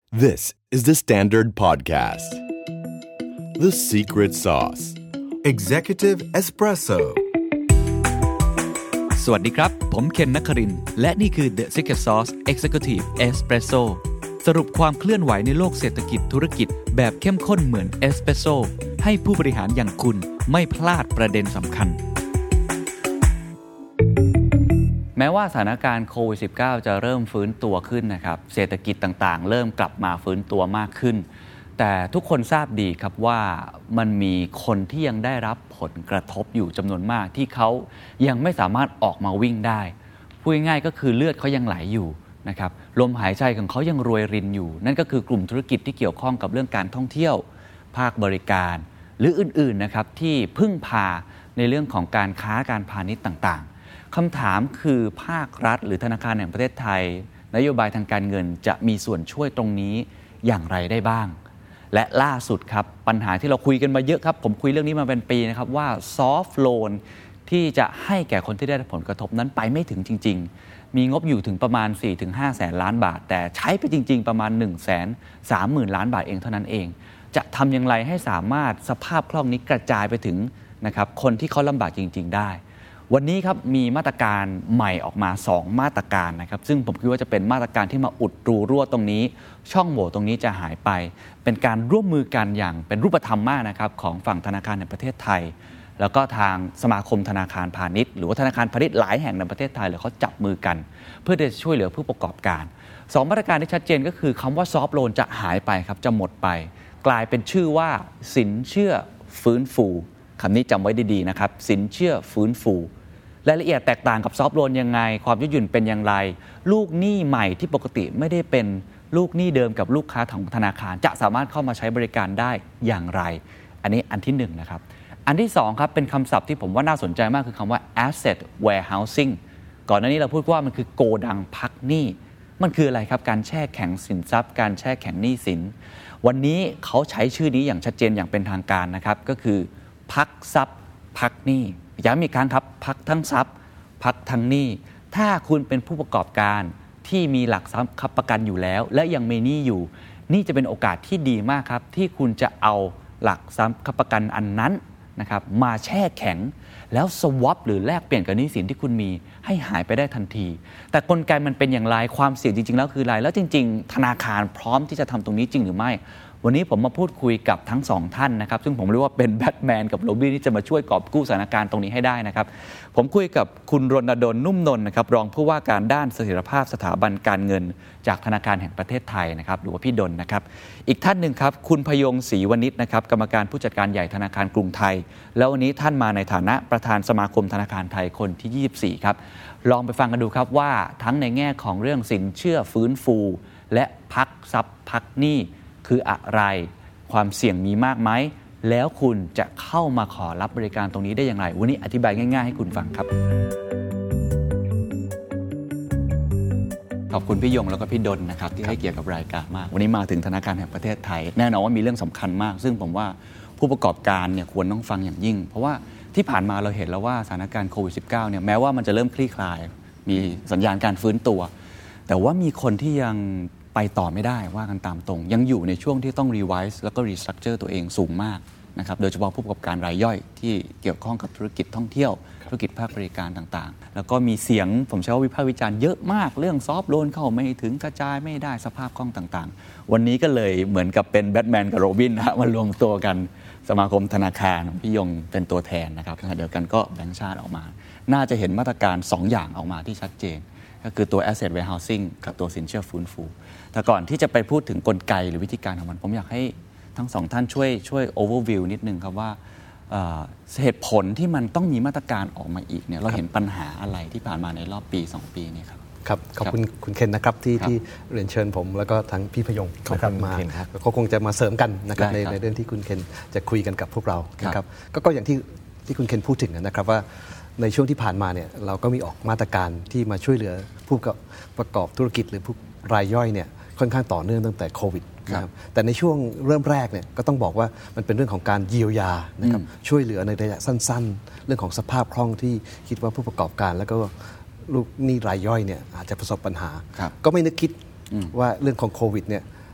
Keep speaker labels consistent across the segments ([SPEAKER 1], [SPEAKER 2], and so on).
[SPEAKER 1] This is the Standard Podcast. The Secret Sauce. Executive Espresso.
[SPEAKER 2] สวัสดีครับผมเคนนครินทร์และนี่คือ The Secret Sauce Executive Espresso สรุปความเคลื่อนไหวในโลกเศรษฐกิจธุรกิจแบบเข้มข้นเหมือนเอสเปรสโซ่ให้ผู้บริหารอย่างคุณไม่พลาดประเด็นสำคัญแม้ว่าสถานการณ์โควิด -19 จะเริ่มฟื้นตัวขึ้นนะครับเศรษฐกิจต่างๆเริ่มกลับมาฟื้นตัวมากขึ้นแต่ทุกคนทราบดีครับว่ามันมีคนที่ยังได้รับผลกระทบอยู่จำนวนมากที่เขายังไม่สามารถออกมาวิ่งได้พูดง่ายๆก็คือเลือดเขายังไหลอยู่นะครับลมหายใจของเขายังรวยรินอยู่นั่นก็คือกลุ่มธุรกิจที่เกี่ยวข้องกับเรื่องการท่องเที่ยวภาคบริการหรืออื่นๆนะครับที่พึ่งพาในเรื่องของการค้าการพาณิชย์ต่างๆคำถามคือภาครัฐหรือธนาคารแห่งประเทศไทยนโยบายทางการเงินจะมีส่วนช่วยตรงนี้อย่างไรได้บ้างและล่าสุดครับปัญหาที่เราคุยกันมาเยอะครับผมคุยเรื่องนี้มาเป็นปีนะครับว่าซอฟท์โลนที่จะให้แก่คนที่ได้รับผลกระทบนั้นไปไม่ถึงจริงๆมีงบอยู่ถึงประมาณ 4-5 แสนล้านบาทแต่ใช้ไปจริงๆประมาณ 130,000 ล้านบาทเองเท่านั้นเองจะทำอย่างไรให้สามารถสภาพคล่องนี้กระจายไปถึงนะครับคนที่เขาลำบากจริงๆได้วันนี้ครับมีมาตรการใหม่ออกมา2มาตรการนะครับซึ่งผมคิดว่าจะเป็นมาตรการที่มาอุดรูรั่วตรงนี้ช่องโหว่ตรงนี้จะหายไปเป็นการร่วมมือกันอย่างเป็นรูปธรรมมากนะครับของฝั่งธนาคารแห่งประเทศไทยแล้วก็ทางสมาคมธนาคารพาณิชย์หรือว่าธนาคารพาณิชย์หลายแห่งในประเทศไทยเลยเขาจับมือกันเพื่อจะช่วยเหลือผู้ประกอบการ2มาตรการที่ชัดเจนก็คือคำว่าซอฟท์โลนจะหายไปครับจะหมดไปกลายเป็นชื่อว่าสินเชื่อฟื้นฟูคำนี้จำไว้ดีๆนะครับสินเชื่อฟื้นฟูรายละเอียดแตกต่างกับซอฟท์โลนยังไงความยืดหยุ่นเป็นอย่างไรลูกหนี้ใหม่ที่ปกติไม่ได้เป็นลูกหนี้เดิมกับลูกค้าของธนาคารจะสามารถเข้ามาใช้บริการได้อย่างไรอันนี้อันที่1นะครับอันที่2ครับเป็นคำศัพท์ที่ผมว่าน่าสนใจมากคือคำว่า asset warehousing ก่อนหน้านี้เราพูดว่ามันคือโกดังพักหนี้มันคืออะไรครับการแช่แข็งสินทรัพย์การแช่แข็งหนี้สินวันนี้เขาใช้ชื่อนี้อย่างชัดเจนอย่างเป็นทางการนะครับก็คือพักทรัพย์พักหนี้ย้ำอีกครั้งครับพักทั้งทรัพย์พักทั้งหนี้ถ้าคุณเป็นผู้ประกอบการที่มีหลักทรัพย์ค้ำประกันอยู่แล้วและยังมีหนี้อยู่นี่จะเป็นโอกาสที่ดีมากครับที่คุณจะเอาหลักทรัพย์ค้ำประกันอันนั้นนะครับมาแช่แข็งแล้วสวอปหรือแลกเปลี่ยนกับหนี้สินที่คุณมีให้หายไปได้ทันทีแต่กลไกมันเป็นอย่างไรความเสี่ยงจริงๆแล้วคืออะไรแล้วจริงๆธนาคารพร้อมที่จะทำตรงนี้จริงหรือไม่วันนี้ผมมาพูดคุยกับทั้ง2ท่านนะครับซึ่งผมเรียกว่าเป็นแบทแมนกับโรบินที่จะมาช่วยกอบกู้สถานการณ์ตรงนี้ให้ได้นะครับผมคุยกับคุณรณดลนุ่มนนท์นะครับรองผู้ว่าการด้านเสถียรภาพสถาบันการเงินจากธนาคารแห่งประเทศไทยนะครับหรือว่าพี่ดลนะครับอีกท่านหนึ่งครับคุณพยงศรีวณิชนะครับกรรมการผู้จัดการใหญ่ธนาคารกรุงไทยแล้ววันนี้ท่านมาในฐานะประธานสมาคมธนาคารไทยคนที่24ครับลองไปฟังกันดูครับว่าทั้งในแง่ของเรื่องสินเชื่อฟื้นฟูและพักทรัพย์พักหนี้คืออะไรความเสี่ยงมีมากไหมแล้วคุณจะเข้ามาขอรับบริการตรงนี้ได้อย่างไรวันนี้อธิบายง่ายๆให้คุณฟังครับขอบคุณพี่ยงแล้วก็พี่ดลนะครับที่ให้เกียรติกับรายการมากวันนี้มาถึงธนาคารแห่งประเทศไทยแน่นอนว่ามีเรื่องสำคัญมากซึ่งผมว่าผู้ประกอบการเนี่ยควรต้องฟังอย่างยิ่งเพราะว่าที่ผ่านมาเราเห็นแล้วว่าสถานการณ์โควิด -19 เนี่ยแม้ว่ามันจะเริ่มคลี่คลายมีสัญญาณการฟื้นตัวแต่ว่ามีคนที่ยังไปต่อไม่ได้ว่ากันตามตรงยังอยู่ในช่วงที่ต้อง revise แล้วก็ restructure ตัวเองสูงมากนะครับโดยเฉพาะผู้ประกอบการรายย่อยที่เกี่ยวข้องกับธุรกิจท่องเที่ยวธุรกิจภาคบริการต่างๆแล้วก็มีเสียงผมใช้ว่าวิพากษ์วิจารณ์เยอะมากเรื่องซอฟท์โลนเข้าไม่ถึงกระจายไม่ได้สภาพคล่องต่างๆวันนี้ก็เลยเหมือนกับเป็นแบทแมนกับโรบินนะมารวมตัวกันสมาคมธนาคารพี่ยงเป็นตัวแทนนะครับเดียวกันก็แบงก์ชาติออกมาน่าจะเห็นมาตรการ2อย่างออกมาที่ชัดเจนก็คือตัว asset warehousing กับตัวสินเชื่อฟื้นฟูแต่ก่อนที่จะไปพูดถึงกลไกหรือวิธีการของมันผมอยากให้ทั้งสองท่านช่วย overview นิดนึงครับว่าเหตุผลที่มันต้องมีมาตรการออกมาอีกเนี่ยเราเห็นปัญหาอะไรที่ผ่านมาในรอบปี2ปีนี้ครับ
[SPEAKER 3] ครับขอบคุณคุณเคนนะครับที่เรียนเชิญผมแล้วก็ทั้งพี่พยงนะครับมาก็คงจะมาเสริมกันนะครับในเรื่องที่คุณเคนจะคุยกันกับพวกเรานะครับก็อย่างที่คุณเคนพูดถึงนะครับว่าในช่วงที่ผ่านมาเนี่ยเราก็มีออกมาตรการที่มาช่วยเหลือผู้ประกอบธุรกิจหรือผู้รายย่อยเนี่ยค่อนข้างต่อเนื่องตั้งแต่โควิดนะครับแต่ในช่วงเริ่มแรกเนี่ยก็ต้องบอกว่ามันเป็นเรื่องของการเยียวยานะครับช่วยเหลือในระยะสั้นๆเรื่องของสภาพคล่องที่คิดว่าผู้ประกอบการแล้วก็ลูกหนี้รายย่อยเนี่ยอาจจะประสบปัญหาก็ไม่นึกคิดว่าเรื่องของโควิดเนี่ย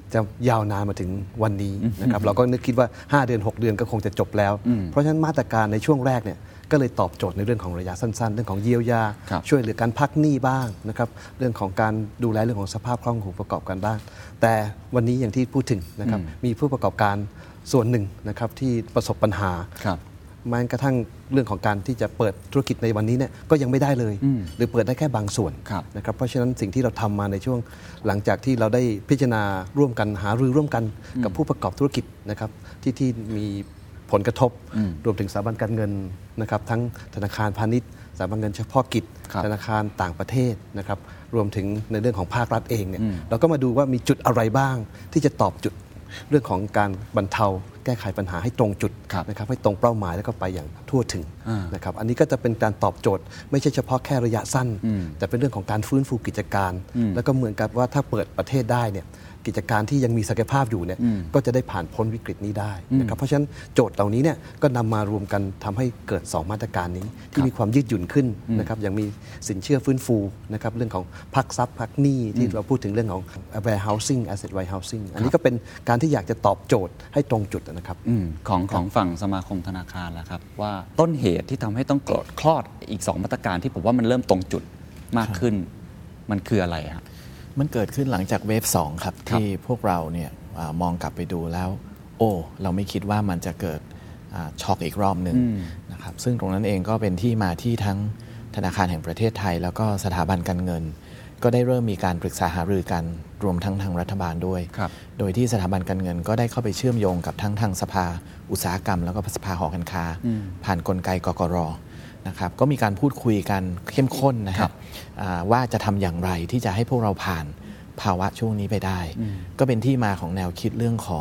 [SPEAKER 3] จะยาวนานมาถึงวันนี้นะครับเราก็นึกคิดว่า5 เดือน 6 เดือนก็คงจะจบแล้วเพราะฉะนั้นมาตรการในช่วงแรกเนี่ยก็เลยตอบโจทย์ในเรื่องของระยะสั้นๆเรื่องของเยียวยาช่วยเหลือการพักหนี้บ้างนะครับเรื่องของการดูแลเรื่องของสภาพคล่องของผู้ประกอบการบ้างแต่วันนี้อย่างที่พูดถึงนะครับมีผู้ประกอบการส่วนหนึ่งนะครับที่ประสบปัญหาแม้กระทั่งเรื่องของการที่จะเปิดธุรกิจในวันนี้เนี่ยก็ยังไม่ได้เลยหรือเปิดได้แค่บางส่วนนะครับเพราะฉะนั้นสิ่งที่เราทำมาในช่วงหลังจากที่เราได้พิจารณาร่วมกันหารือร่วมกันกับผู้ประกอบธุรกิจนะครับที่มีผลกระทบรวมถึงสถาบันการเงินนะครับทั้งธนาคารพาณิชย์สถาบันเงินเฉพาะกิจธนาคารต่างประเทศนะครับรวมถึงในเรื่องของภาครัฐเองเนี่ยเราก็มาดูว่ามีจุดอะไรบ้างที่จะตอบจุดเรื่องของการบรรเทาแก้ไขปัญหาให้ตรงจุดนะครับให้ตรงเป้าหมายแล้วก็ไปอย่างทั่วถึงนะครับอันนี้ก็จะเป็นการตอบโจทย์ไม่ใช่เฉพาะแค่ระยะสั้นแต่เป็นเรื่องของการฟื้นฟูกิจการแล้วก็เหมือนกับว่าถ้าเปิดประเทศได้เนี่ยกิจการที่ยังมีศักยภาพอยู่เนี่ยก็จะได้ผ่านพ้นวิกฤตนี้ได้นะครับเพราะฉะนั้นโจทย์เหล่านี้เนี่ยก็นำมารวมกันทำให้เกิด2มาตรการนี้ที่มีความยืดหยุ่นขึ้นนะครับอย่างมีสินเชื่อฟื้นฟูนะครับเรื่องของพักทรัพย์พักหนี้ที่เราพูดถึงเรื่องของ warehousing asset warehousing อันนี้ก็เป็นการที่อยากจะตอบโจทย์ให้ตรงจุดนะครับ
[SPEAKER 2] ของฝั่งสมาคมธนาคารล่ะครับว่าต้นเหตุที่ทำให้ต้องคลอดอีก2มาตรการที่ผมว่ามันเริ่มตรงจุดมากขึ้นมันคืออะไรครับ
[SPEAKER 4] มันเกิดขึ้นหลังจากเวฟ2ครับที่พวกเราเนี่ยมองกลับไปดูแล้วเราไม่คิดว่ามันจะเกิดช็อกอีกรอบหนึ่งนะครับซึ่งตรงนั้นเองก็เป็นที่มาที่ทั้งธนาคารแห่งประเทศไทยแล้วก็สถาบันการเงินก็ได้เริ่มมีการปรึกษาหารือกันรวมทั้งทางรัฐบาลด้วยโดยที่สถาบันการเงินก็ได้เข้าไปเชื่อมโยงกับทั้งทางสภาอุตสาหกรรมแล้วก็สภาหอการค้าผ่านกลไกกกร.นะครับก็มีการพูดคุยกันเข้มข้นนะครับว่าจะทำอย่างไรที่จะให้พวกเราผ่านภาวะช่วงนี้ไปได้ก็เป็นที่มาของแนวคิดเรื่องของ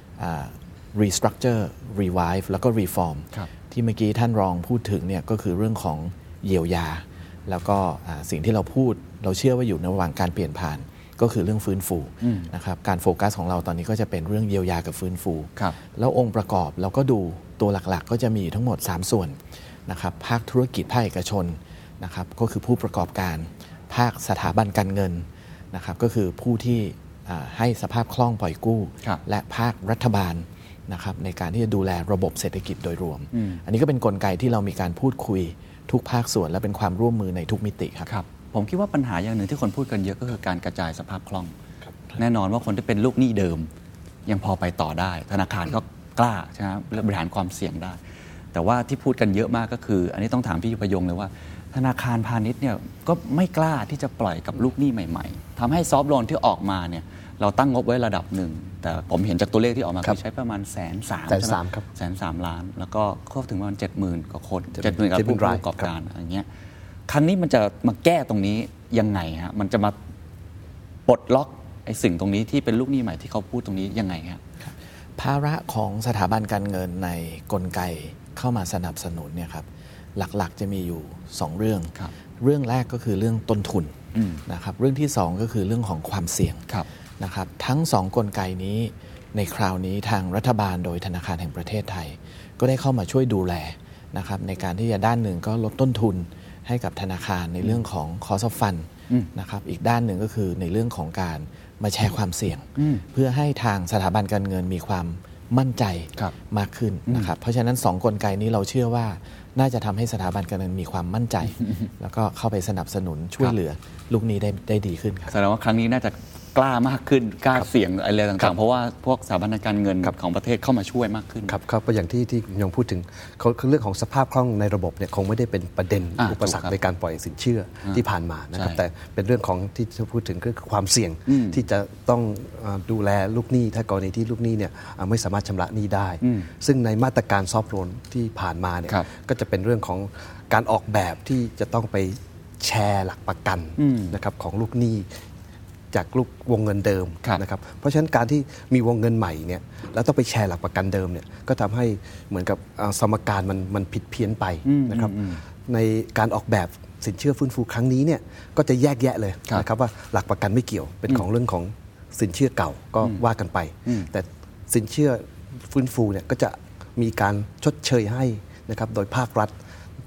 [SPEAKER 4] restructure revive แล้วก็ reform ที่เมื่อกี้ท่านรองพูดถึงเนี่ยก็คือเรื่องของเยียวยาแล้วก็สิ่งที่เราพูดเราเชื่อว่าอยู่ในระหว่างการเปลี่ยนผ่านก็คือเรื่องฟื้นฟูนะครับการโฟกัสของเราตอนนี้ก็จะเป็นเรื่องเยียวยากับฟื้นฟูแล้วองค์ประกอบเราก็ดูตัวหลักๆก็จะมีทั้งหมด3ส่วนนะครับภาคธุรกิจภาคเอกชนนะครับก็คือผู้ประกอบการภาคสถาบันการเงินนะครับก็คือผู้ที่ให้สภาพคล่องปล่อยกู้และภาครัฐบาลนะครับในการที่จะดูแลระบบเศรษฐกิจโดยรวมอันนี้ก็เป็นกลไกที่เรามีการพูดคุยทุกภาคส่วนและเป็นความร่วมมือในทุกมิติครับ
[SPEAKER 2] ผมคิดว่าปัญหาอย่างหนึ่งที่คนพูดกันเยอะก็คือการกระจายสภาพคล่องแน่นอนว่าคนที่เป็นลูกหนี้เดิมยังพอไปต่อได้ธนาคารก็กล้าใช่ไหมบริหารความเสี่ยงได้แต่ว่าที่พูดกันเยอะมากก็คืออันนี้ต้องถามพี่พยงเลยว่าธนาคารพาณิชย์เนี่ยก็ไม่กล้าที่จะปล่อยกับลูกหนี้ใหม่ๆทำให้ซอฟท์โลนที่ออกมาเนี่ยเราตั้งงบไว้ระดับหนึ่งแต่ผมเห็นจากตัวเลขที่ออกมาคือใช้ประมาณ130,000
[SPEAKER 3] ครับ
[SPEAKER 2] 130,000 ล้านแล้วก็เข้าถึงประมาณ 70,000 กว่าคน 70,000 กับผู้ประกอบการอย่างเงี้ยครั้งนี้มันจะมาแก้ตรงนี้ยังไงฮะมันจะมาปลดล็อกไอ้สิ่งตรงนี้ที่เป็นลูกหนี้ใหม่ที่เขาพูดตรงนี้ยังไงฮะ
[SPEAKER 4] ภาระของสถาบันการเงินในกลไกเข้ามาสนับสนุนเนี่ยครับหลักๆจะมีอยู่2เรื่องเรื่องแรกก็คือเรื่องต้นทุนนะครับเรื่องที่2ก็คือเรื่องของความเสี่ยงนะครับทั้ง2กลไกนี้ในคราวนี้ทางรัฐบาลโดยธนาคารแห่งประเทศไทยก็ได้เข้ามาช่วยดูแลนะครับในการที่จะด้านหนึ่งก็ลดต้นทุนให้กับธนาคารในเรื่องของ cost of fund นะครับอีกด้านหนึ่งก็คือในเรื่องของการมาแชร์ความเสี่ยงเพื่อให้ทางสถาบันการเงินมีความมั่นใจมากขึ้นนะครับเพราะฉะนั้น2กลไกนี้เราเชื่อว่าน่าจะทำให้สถาบันการเงินมีความมั่นใจแล้วก็เข้าไปสนับสนุนช่วยเหลือลูกหนี้ได้ดีขึ้นครับ
[SPEAKER 2] แสดงว่าครั้งนี้น่าจะกล้ามากขึ้นกล้าเสี่ยงอะไรต่างๆเพราะว่าพวกสถาบันการเงินของประเทศเข้ามาช่วยมากขึ้น
[SPEAKER 3] ครับก็อย่างที่ยงพูดถึงเขาเรื่องของสภาพคล่องในระบบเนี่ยคงไม่ได้เป็นประเด็นอุปสรรคในการปล่อยสินเชื่อที่ผ่านมานะครับแต่เป็นเรื่องของที่จะพูดถึงคือความเสี่ยงที่จะต้องดูแลลูกหนี้ถ้ากรณีที่ลูกหนี้เนี่ยไม่สามารถชำระหนี้ได้ซึ่งในมาตรการซอฟท์โลนที่ผ่านมาเนี่ยก็จะเป็นเรื่องของการออกแบบที่จะต้องไปแชร์หลักประกันนะครับของลูกหนี้จากลูกวงเงินเดิมนะครับเพราะฉะนั้นการที่มีวงเงินใหม่เนี่ยแล้วต้องไปแชร์หลักประกันเดิมเนี่ยก็ทำให้เหมือนกับสมการมันผิดเพี้ยนไปนะครับในการออกแบบสินเชื่อฟื้นฟูครั้งนี้เนี่ยก็จะแยกแยะเลยนะครับว่าหลักประกันไม่เกี่ยวเป็นของเรื่องของสินเชื่อเก่าก็ว่ากันไปแต่สินเชื่อฟื้นฟูเนี่ยก็จะมีการชดเชยให้นะครับโดยภาครัฐ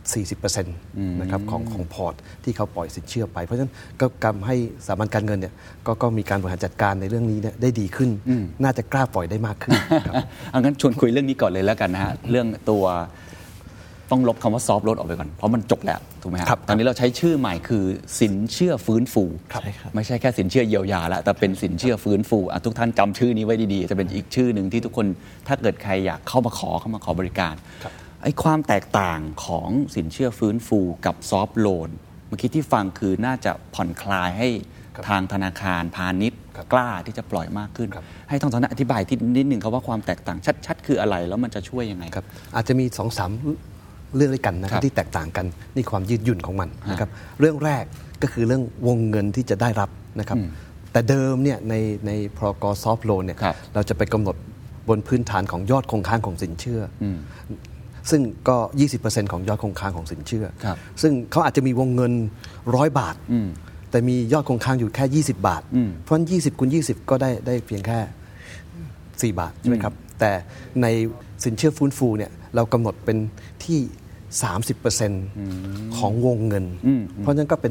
[SPEAKER 3] 40%นะครับของพอร์ตที่เขาปล่อยสินเชื่อไปเพราะฉะนั้นก็ทำให้สถาบันการเงินเนี่ยก็มีการบริหารจัดการในเรื่องนี้เนี่ยได้ดีขึ้นน่าจะกล้าปล่อยได้มากขึ้นครับ
[SPEAKER 2] งั้นชวนคุยเรื่องนี้ก่อนเลยแล้วกันนะฮะเรื่องตัวต้องลบคำว่าซอฟต์โลนออกไปก่อนเพราะมันจบแล้วถูกไหมครับตอนนี้เราใช้ชื่อใหม่คือสินเชื่อฟื้นฟูไม่ใช่แค่สินเชื่อเยียวยาแล้วแต่เป็นสินเชื่อฟื้นฟูทุกท่านจำชื่อนี้ไว้ดีๆจะเป็นอีกชื่อหนึ่งที่ทุกคนถ้าเกิดใครอยากเข้ามาขอบริการไอ้ความแตกต่างของสินเชื่อฟื้นฟูกับซอฟต์โลนเมื่อกี้ที่ฟังคือน่าจะผ่อนคลายให้ทางธนาคารพาณิชย์กล้าที่จะปล่อยมากขึ้นให้ทั้งสองท่านอธิบายที่นิดนึงครับว่าความแตกต่างชัดๆคืออะไรแล้วมันจะช่วยยังไง
[SPEAKER 3] ครับอาจจะมี 2-3 เรื่องด้วยกันนะครับที่แตกต่างกันนี่ความยืดหยุ่นของมันนะครับเรื่องแรกก็คือเรื่องวงเงินที่จะได้รับนะครับแต่เดิมเนี่ยในพรก.ซอฟท์โลนเนี่ยเราจะไปกำหนดบนพื้นฐานของยอดคงค้างของสินเชื่อซึ่งก็ 20% ของยอดคงค้างของสินเชื่อซึ่งเขาอาจจะมีวงเงิน100 บาทแต่มียอดคงค้างอยู่แค่20 บาทเพราะฉะนั้น20 คูณ 20ก็ได้เพียงแค่4 บาทใช่ไหมครับแต่ในสินเชื่อฟื้นฟูเนี่ยเรากำหนดเป็นที่ 30% ของวงเงินเพราะฉะนั้นก็เป็น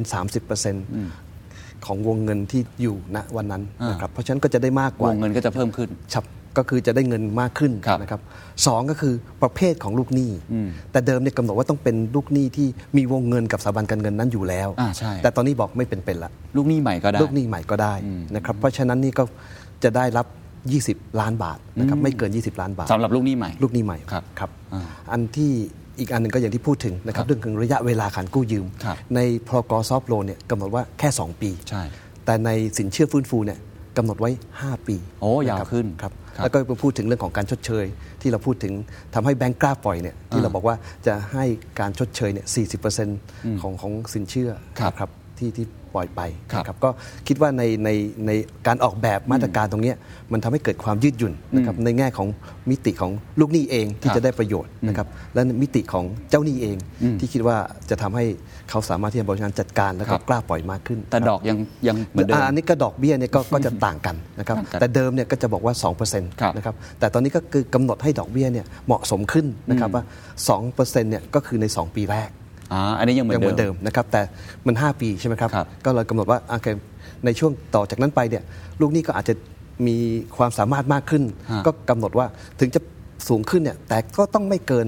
[SPEAKER 3] 30% ของวงเงินที่อยู่ณวันนั้นนะครับเพราะฉะนั้นก็จะได้มากกว่าว
[SPEAKER 2] งเงินก็จะเพิ่มขึ้น
[SPEAKER 3] ก็คือจะได้เงินมากขึ้นนะครับ2ก็คือประเภทของลูกหนี้แต่เดิมเนี่ยกำหนดว่าต้องเป็นลูกหนี้ที่มีวงเงินกับสถาบันการเงินนั้นอยู่แล้วแต่ตอนนี้บอกไม่เป็นละ
[SPEAKER 2] ลูกหนี้ใหม่ก็ได้
[SPEAKER 3] ลูกหนี้ใหม่ก็ได้นะครับเพราะฉะนั้นนี่ก็จะได้รับ20 ล้านบาทนะครับไม่เกิน20 ล้านบาท
[SPEAKER 2] สำหรับลูกหนี้ใหม่
[SPEAKER 3] ครับอันที่อีกอันหนึ่งก็อย่างที่พูดถึงนะครับเรื่องของระยะเวลาการกู้ยืมในพรก.ซอฟท์โลนเนี่ยกำหนดว่าแค่2 ปีแต่ในสินเชื่อฟื้นฟูเนี่ยกำหนดไว้5 ปี
[SPEAKER 2] โอ้ยาวขึ้น
[SPEAKER 3] ครับแล้วก็พูดถึงเรื่องของการชดเชยที่เราพูดถึงทำให้แบงก์กล้าปล่อยเนี่ยที่เราบอกว่าจะให้การชดเชยเนี่ย 40% ของสินเชื่อครับที่ปล่อยไปนะครับก็คิดว่าในการออกแบบมาตรการตรงนี้มันทำให้เกิดความยืดหยุ่นนะครับในแง่ของมิติของลูกหนี้เองที่จะได้ประโยชน์นะครับและมิติของเจ้าหนี้เองที่คิดว่าจะทำให้เขาสามารถที่จะบริหารจัดการแล้วก็กล้าปล่อยมากขึ้น
[SPEAKER 2] แต่ดอกยังเหมือนเดิม
[SPEAKER 3] อันนี้ก็ดอกเบี้ยเนี่ยก็จะต่างกันนะครับแต่เดิมเนี่ยก็จะบอกว่า 2% นะครับแต่ตอนนี้ก็คือกำหนดให้ดอกเบี้ยเนี่ยเหมาะสมขึ้นนะครับว่า 2% เนี่ยก็คือใน2 ปีแรก
[SPEAKER 2] อันนี้ยังเหมือนเดิม
[SPEAKER 3] นะครับแต่มัน5 ปีใช่ไหมครับก็เลยกำหนดว่าในช่วงต่อจากนั้นไปเนี่ยลูกหนี้ก็อาจจะมีความสามารถมากขึ้นก็กำหนดว่าถึงจะสูงขึ้นเนี่ยแต่ก็ต้องไม่เกิน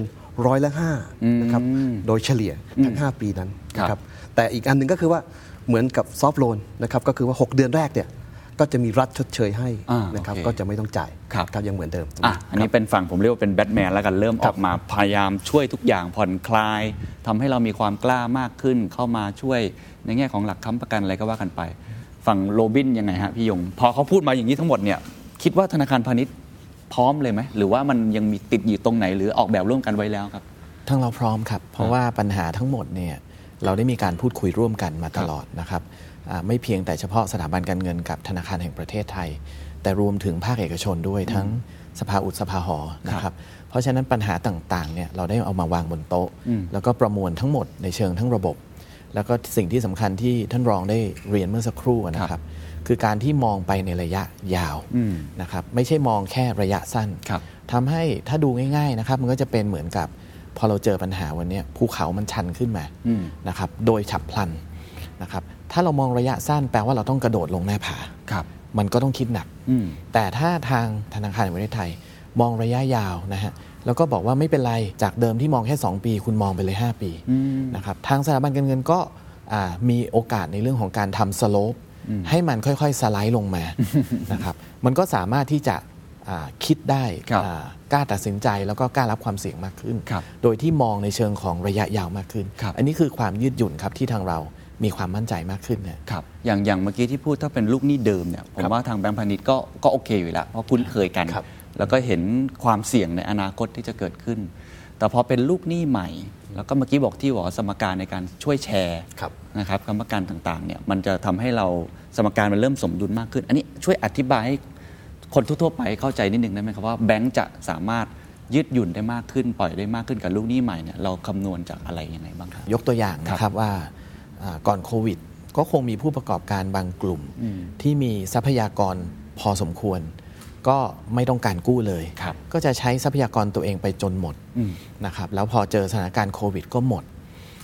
[SPEAKER 3] 5%นะครับโดยเฉลี่ยทั้ง5 ปีนั้นนะครับแต่อีกอันหนึ่งก็คือว่าเหมือนกับซอฟท์โลนนะครับก็คือว่า6 เดือนแรกเนี่ยก็จะมีรัฐชดเชยให้นะครับก็จะไม่ต้องจ่ายครับยังเหมือนเดิม
[SPEAKER 2] อันนี้เป็นฝั่งผมเรียกว่าเป็นแบทแมนแล้วกันเริ่มออกมาพยายามช่วยทุกอย่างผ่อนคลายทำให้เรามีความกล้ามากขึ้นเข้ามาช่วยในแง่ของหลักค้ำประกันอะไรก็ว่ากันไปฝั่งโรบินยังไงฮะพี่ยงพอเขาพูดมาอย่างนี้ทั้งหมดเนี่ยคิดว่าธนาคารพาณิชย์พร้อมเลยไหมหรือว่ามันยังมีติดอยู่ตรงไหนหรือออกแบบร่วมกันไว้แล้วครับ
[SPEAKER 4] ทั้งเราพร้อมครับเพราะว่าปัญหาทั้งหมดเนี่ยเราได้มีการพูดคุยร่วมกันมาตลอดนะครับไม่เพียงแต่เฉพาะสถาบันการเงินกับธนาคารแห่งประเทศไทยแต่รวมถึงภาคเอกชนด้วยทั้งสภาอุตสภาหอนะครับเพราะฉะนั้นปัญหาต่างๆเนี่ยเราได้เอามาวางบนโต๊ะแล้วก็ประมวลทั้งหมดในเชิงทั้งระบบแล้วก็สิ่งที่สำคัญที่ท่านรองได้เรียนเมื่อสักครู่นะครับคือการที่มองไปในระยะยาวนะครับไม่ใช่มองแค่ระยะสั้นทำให้ถ้าดูง่ายๆนะครับมันก็จะเป็นเหมือนกับพอเราเจอปัญหาวันนี้ภูเขามันชันขึ้นมานะครับโดยฉับพลันนะครับถ้าเรามองระยะสั้นแปลว่าเราต้องกระโดดลงหน้าผามันก็ต้องคิดหนักแต่ถ้าทางธนาคารแห่งประเทศไทยมองระยะยาวนะฮะแล้วก็บอกว่าไม่เป็นไรจากเดิมที่มองแค่2 ปีคุณมองไปเลย5 ปีนะครับทางสถาบันการเงินก็มีโอกาสในเรื่องของการทำสโลปให้มันค่อยๆสไลด์ลงมานะครับมันก็สามารถที่จะคิดได้กล้าตัดสินใจแล้วก็กล้ารับความเสี่ยงมากขึ้นโดยที่มองในเชิงของระยะยาวมากขึ้นอันนี้คือความยืดหยุ่นครับที่ทางเรามีความมั่นใจมากขึ้นนะครับ
[SPEAKER 2] อย่างเมื่อกี้ที่พูดถ้าเป็นลูกหนี้เดิมเนี่ยผมว่าทางแบงก์พาณิชย์ก็โอเคอยู่แล้วเพราะคุ้นเคยกันแล้วก็เห็นความเสี่ยงในอนาคตที่จะเกิดขึ้นแต่พอเป็นลูกหนี้ใหม่แล้วก็เมื่อกี้บอกที่สมการในการช่วยแชร์นะครับกรรมการต่างๆเนี่ยมันจะทำให้เราสมการมันเริ่มสมดุลมากขึ้นอันนี้ช่วยอธิบายให้คนทั่วไปเข้าใจนิดนึงได้ไหมครับว่าแบงก์จะสามารถยืดหยุ่นได้มากขึ้นปล่อยได้มากขึ้นกับลูกหนี้ใหม่เนี่ยเราคำนวณจากอะไรยังไงบ้างครับ
[SPEAKER 4] ยกตัวอย่างนะครับว่าก่อนโควิดก็คงมีผู้ประกอบการบางกลุ่มที่มีทรัพยากรพอสมควรก็ไม่ต้องการกู้เลยก็จะใช้ทรัพยากรตัวเองไปจนหมดนะครับแล้วพอเจอสถานการณ์โควิดก็หมด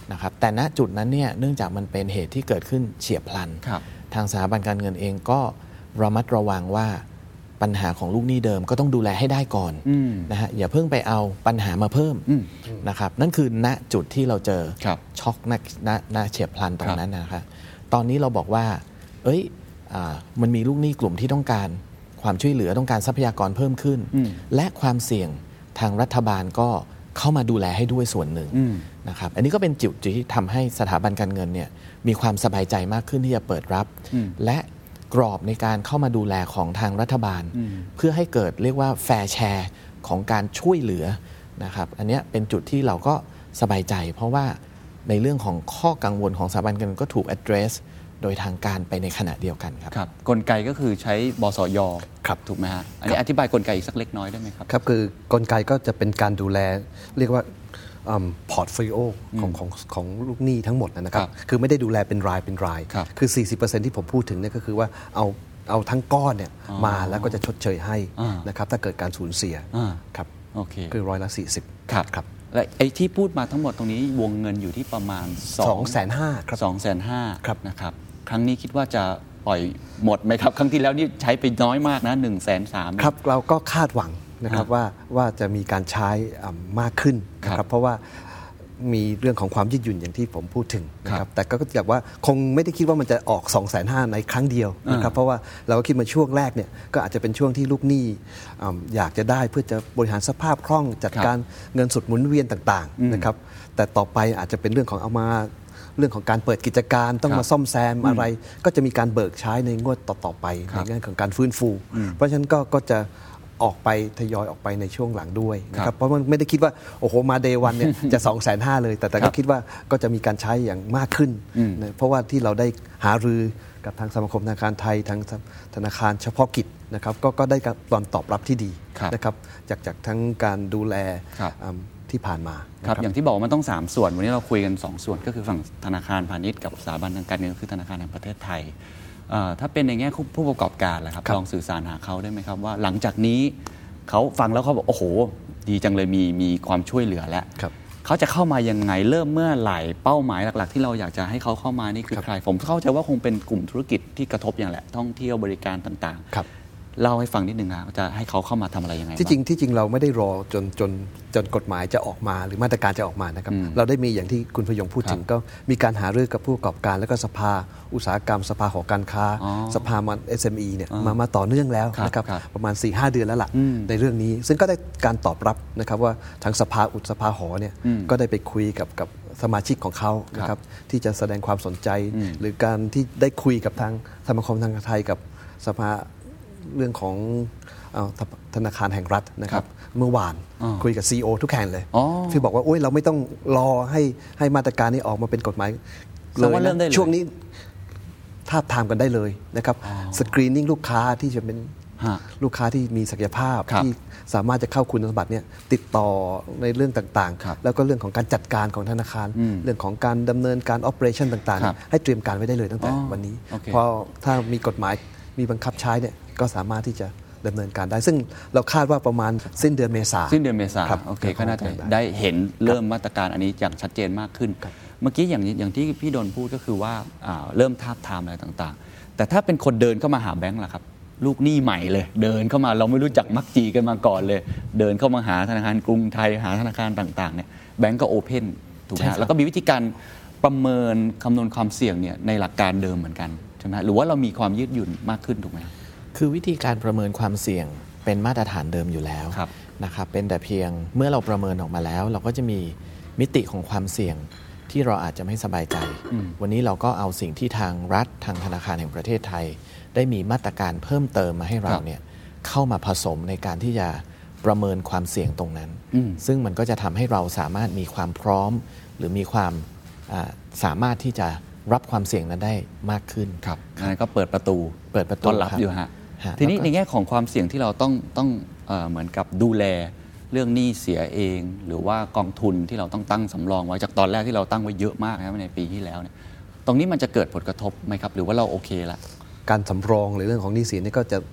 [SPEAKER 4] นะครับแต่ณจุดนั้นเนี่ยเนื่องจากมันเป็นเหตุที่เกิดขึ้นเฉียบพลันทางสถาบันการเงินเองก็ระมัดระวังว่าปัญหาของลูกหนี้เดิมก็ต้องดูแลให้ได้ก่อนนะฮะอย่าเพิ่งไปเอาปัญหามาเพิ่มนะครับนั่นคือณจุดที่เราเจอช็อกณเฉียบพลันตรงนั้นนะครับตอนนี้เราบอกว่ามันมีลูกหนี้กลุ่มที่ต้องการความช่วยเหลือต้องการทรัพยากรเพิ่มขึ้นและความเสี่ยงทางรัฐบาลก็เข้ามาดูแลให้ด้วยส่วนหนึ่งนะครับอันนี้ก็เป็นจุดที่ทำให้สถาบันการเงินเนี่ยมีความสบายใจมากขึ้นที่จะเปิดรับและกรอบในการเข้ามาดูแลของทางรัฐบาลเพื่อให้เกิดเรียกว่าแฟร์แชร์ของการช่วยเหลือนะครับอันนี้เป็นจุดที่เราก็สบายใจเพราะว่าในเรื่องของข้อกังวลของสถาบันการเงินก็ถูก address โดยทางการไปในขณะเดียวกันครับ
[SPEAKER 2] กลไกก็คือใช้บสย.ถูกไหมฮะอันนี้อธิบายกลไกอีกสักเล็กน้อยได้ไหมครับ
[SPEAKER 3] ครับคือกลไกก็จะเป็นการดูแลเรียกว่าพอร์ตโฟลิโอของลูกหนี้ทั้งหมดนะครับคือไม่ได้ดูแลเป็นรายคือ 40% ที่ผมพูดถึงเนี่ยก็คือว่าเอาทั้งก้อนเนี่ยมาแล้วก็จะชดเชยให้นะครับถ้าเกิดการสูญเสียครับคือ40%
[SPEAKER 2] ครับและไอ้ที่พูดมาทั้งหมดตรงนี้วงเงินอยู่ที่ประมาณ
[SPEAKER 3] 250,000 ครับ
[SPEAKER 2] 250,000 ครับนะครับครั้งนี้คิดว่าจะปล่อยหมดไหมครับครั้งที่แล้วนี่ใช้ไปน้อยมากนะ 130,000
[SPEAKER 3] ครับเราก็คาดหวังนะครับว่าจะมีการใช้มากขึ้นนะครับเพราะว่ามีเรื่องของความยืดหยุ่นอย่างที่ผมพูดถึงนะครับแต่ก็อยากว่าคงไม่ได้คิดว่ามันจะออก 250,000 ในครั้งเดียวนะครับเพราะว่าเราก็คิดมาช่วงแรกเนี่ยก็อาจจะเป็นช่วงที่ลูกหนี้อยากจะได้เพื่อจะบริหารสภาพคล่องจัดการเงินสดหมุนเวียนต่างๆนะครับแต่ต่อไปอาจจะเป็นเรื่องของเอามาเรื่องของการเปิดกิจการต้องมาซ่อมแซมอะไรก็จะมีการเบิกใช้ในงวดต่อๆไปในเรื่องของการฟื้นฟูเพราะฉะนั้นก็จะออกไปทยอยออกไปในช่วงหลังด้วยนะครับเพราะมันไม่ได้คิดว่าโอ้โหมาเดย์วันเนี่ยจะ 250,000 เลยแต่ก็คิดว่าก็จะมีการใช้อย่างมากขึ้นนะเพราะว่าที่เราได้หารือกับทางสมาคมธนาคารไทยทางธนาคารเฉพาะกิจนะครับก็ได้การตอบรับที่ดีนะครับจากทั้งการดูแลที่ผ่านมา
[SPEAKER 2] ครับอย่างที่บอกมันต้อง3ส่วนวันนี้เราคุยกัน2ส่วนก็คือฝั่งธนาคารพาณิชย์กับสถาบันทางการเงินคือธนาคารแห่งประเทศไทยถ้าเป็นในแง่ผู้ประกอบการล่ะครับลองสื่อสารหาเขาได้ไหมครับว่าหลังจากนี้เขาฟังแล้วเขาบอกโอ้โหดีจังเลยมีความช่วยเหลือแล้วเขาจะเข้ามายังไงเริ่มเมื่อไหร่เป้าหมายหลักๆที่เราอยากจะให้เขาเข้ามานี่คือใครผมเข้าใจว่าคงเป็นกลุ่มธุรกิจที่กระทบอย่างแหละท่องเที่ยวบริการต่างๆเล่าให้ฟังนิดนึงนะจะให้เขาเข้ามาทำอะไรยังไง
[SPEAKER 3] ที่จริงเราไม่ได้รอจนกฎหมายจะออกมาหรือมาตรการจะออกมานะครับเราได้มีอย่างที่คุณพยงพูดถึงก็มีการหารือกับผู้ประกอบการแล้วก็สภาอุตสาหกรรมสภาหอการค้าสภาSME เนี่ยมาต่อเนื่องแล้วนะครับประมาณ 4-5 เดือนแล้วล่ะในเรื่องนี้ซึ่งก็ได้การตอบรับนะครับว่าทางสภาหอเนี่ยก็ได้ไปคุยกับสมาชิกของเขานะครับที่จะแสดงความสนใจหรือการที่ได้คุยกับทางสมาคมธนาคารไทยกับสภาเรื่องของธนาคารแห่งรัฐนะครับเมื่อวานคุยกับ CEO ทุกแห่งเลยที่บอกว่าโอ๊ยเราไม่ต้องรอให้มาตรการนี้ออกมาเป็นกฎหมายเลยนะช่วงนี้ทาบทามกันได้เลยนะครับสกรีนนิ่งลูกค้าที่จะเป็นลูกค้าที่มีศักยภาพที่สามารถจะเข้าคุณสมบัติเนี่ยติดต่อในเรื่องต่างๆแล้วก็เรื่องของการจัดการของธนาคารเรื่องของการดำเนินการ operation ต่างๆให้เตรียมการไว้ได้เลยตั้งแต่วันนี้เพราะถ้ามีกฎหมายมีบังคับใช้เนี่ยก็สามารถที่จะดำเนินการได้ซึ่งเราคาดว่าประมาณสิ้นเดือนเมษายน
[SPEAKER 2] โอเคก็น่าจะได้เห็นเริ่มมาตรการอันนี้อย่างชัดเจนมากขึ้นเมื่อกี้อย่างที่พี่ดนพูดก็คือว่าเริ่มทาบทามอะไรต่างๆแต่ถ้าเป็นคนเดินเข้ามาหาแบงก์ล่ะครับลูกหนี้ใหม่เลยเดินเข้ามาเราไม่รู้จักมักจีกันมาก่อนเลยเดินเข้ามาหาธนาคารกรุงไทยหาธนาคารต่างๆเนี่ยแบงก์ก็โอเพนถูกไหมแล้วก็มีวิธีการประเมินคำนวณความเสี่ยงเนี่ยในหลักการเดิมเหมือนกันใช่ไหมหรือว่าเรามีความยืดหยุ่นมากขึ้นถูกไหม
[SPEAKER 4] คือวิธีการประเมินความเสี่ยงเป็นมาตรฐานเดิมอยู่แล้วนะครับเป็นแต่เพียงเมื่อเราประเมินออกมาแล้วเราก็จะมีมิติของความเสี่ยงที่เราอาจจะไม่สบายใจวันนี้เราก็เอาสิ่งที่ทางรัฐทางธนาคารแห่งประเทศไทยได้มีมาตรการเพิ่มเติมมาให้เราเนี่ยเข้ามาผสมในการที่จะประเมินความเสี่ยงตรงนั้นซึ่งมันก็จะทำให้เราสามารถมีความพร้อมหรือมีความสามารถที่จะรับความเสี่ยงนั้นได้มากขึ้น
[SPEAKER 2] ครับนั่นก็เปิดประตูต้อนรับอยู่ฮะทีนี้ในแง่ของความเสี่ยงที่เราต้องเหมือนกับดูแลเรื่องหนี้เสียเองหรือว่ากองทุนที่เราต้องตั้งสำรองไว้จากตอนแรกที่เราตั้งไว้เยอะมากนะในปีที่แล้วเนี่ยตรงนี้มันจะเกิดผลกระทบไหมครับหรือว่าเราโอเคละ
[SPEAKER 3] การสำรองหรือเรื่องของหนี้เสียนี่ก็จะ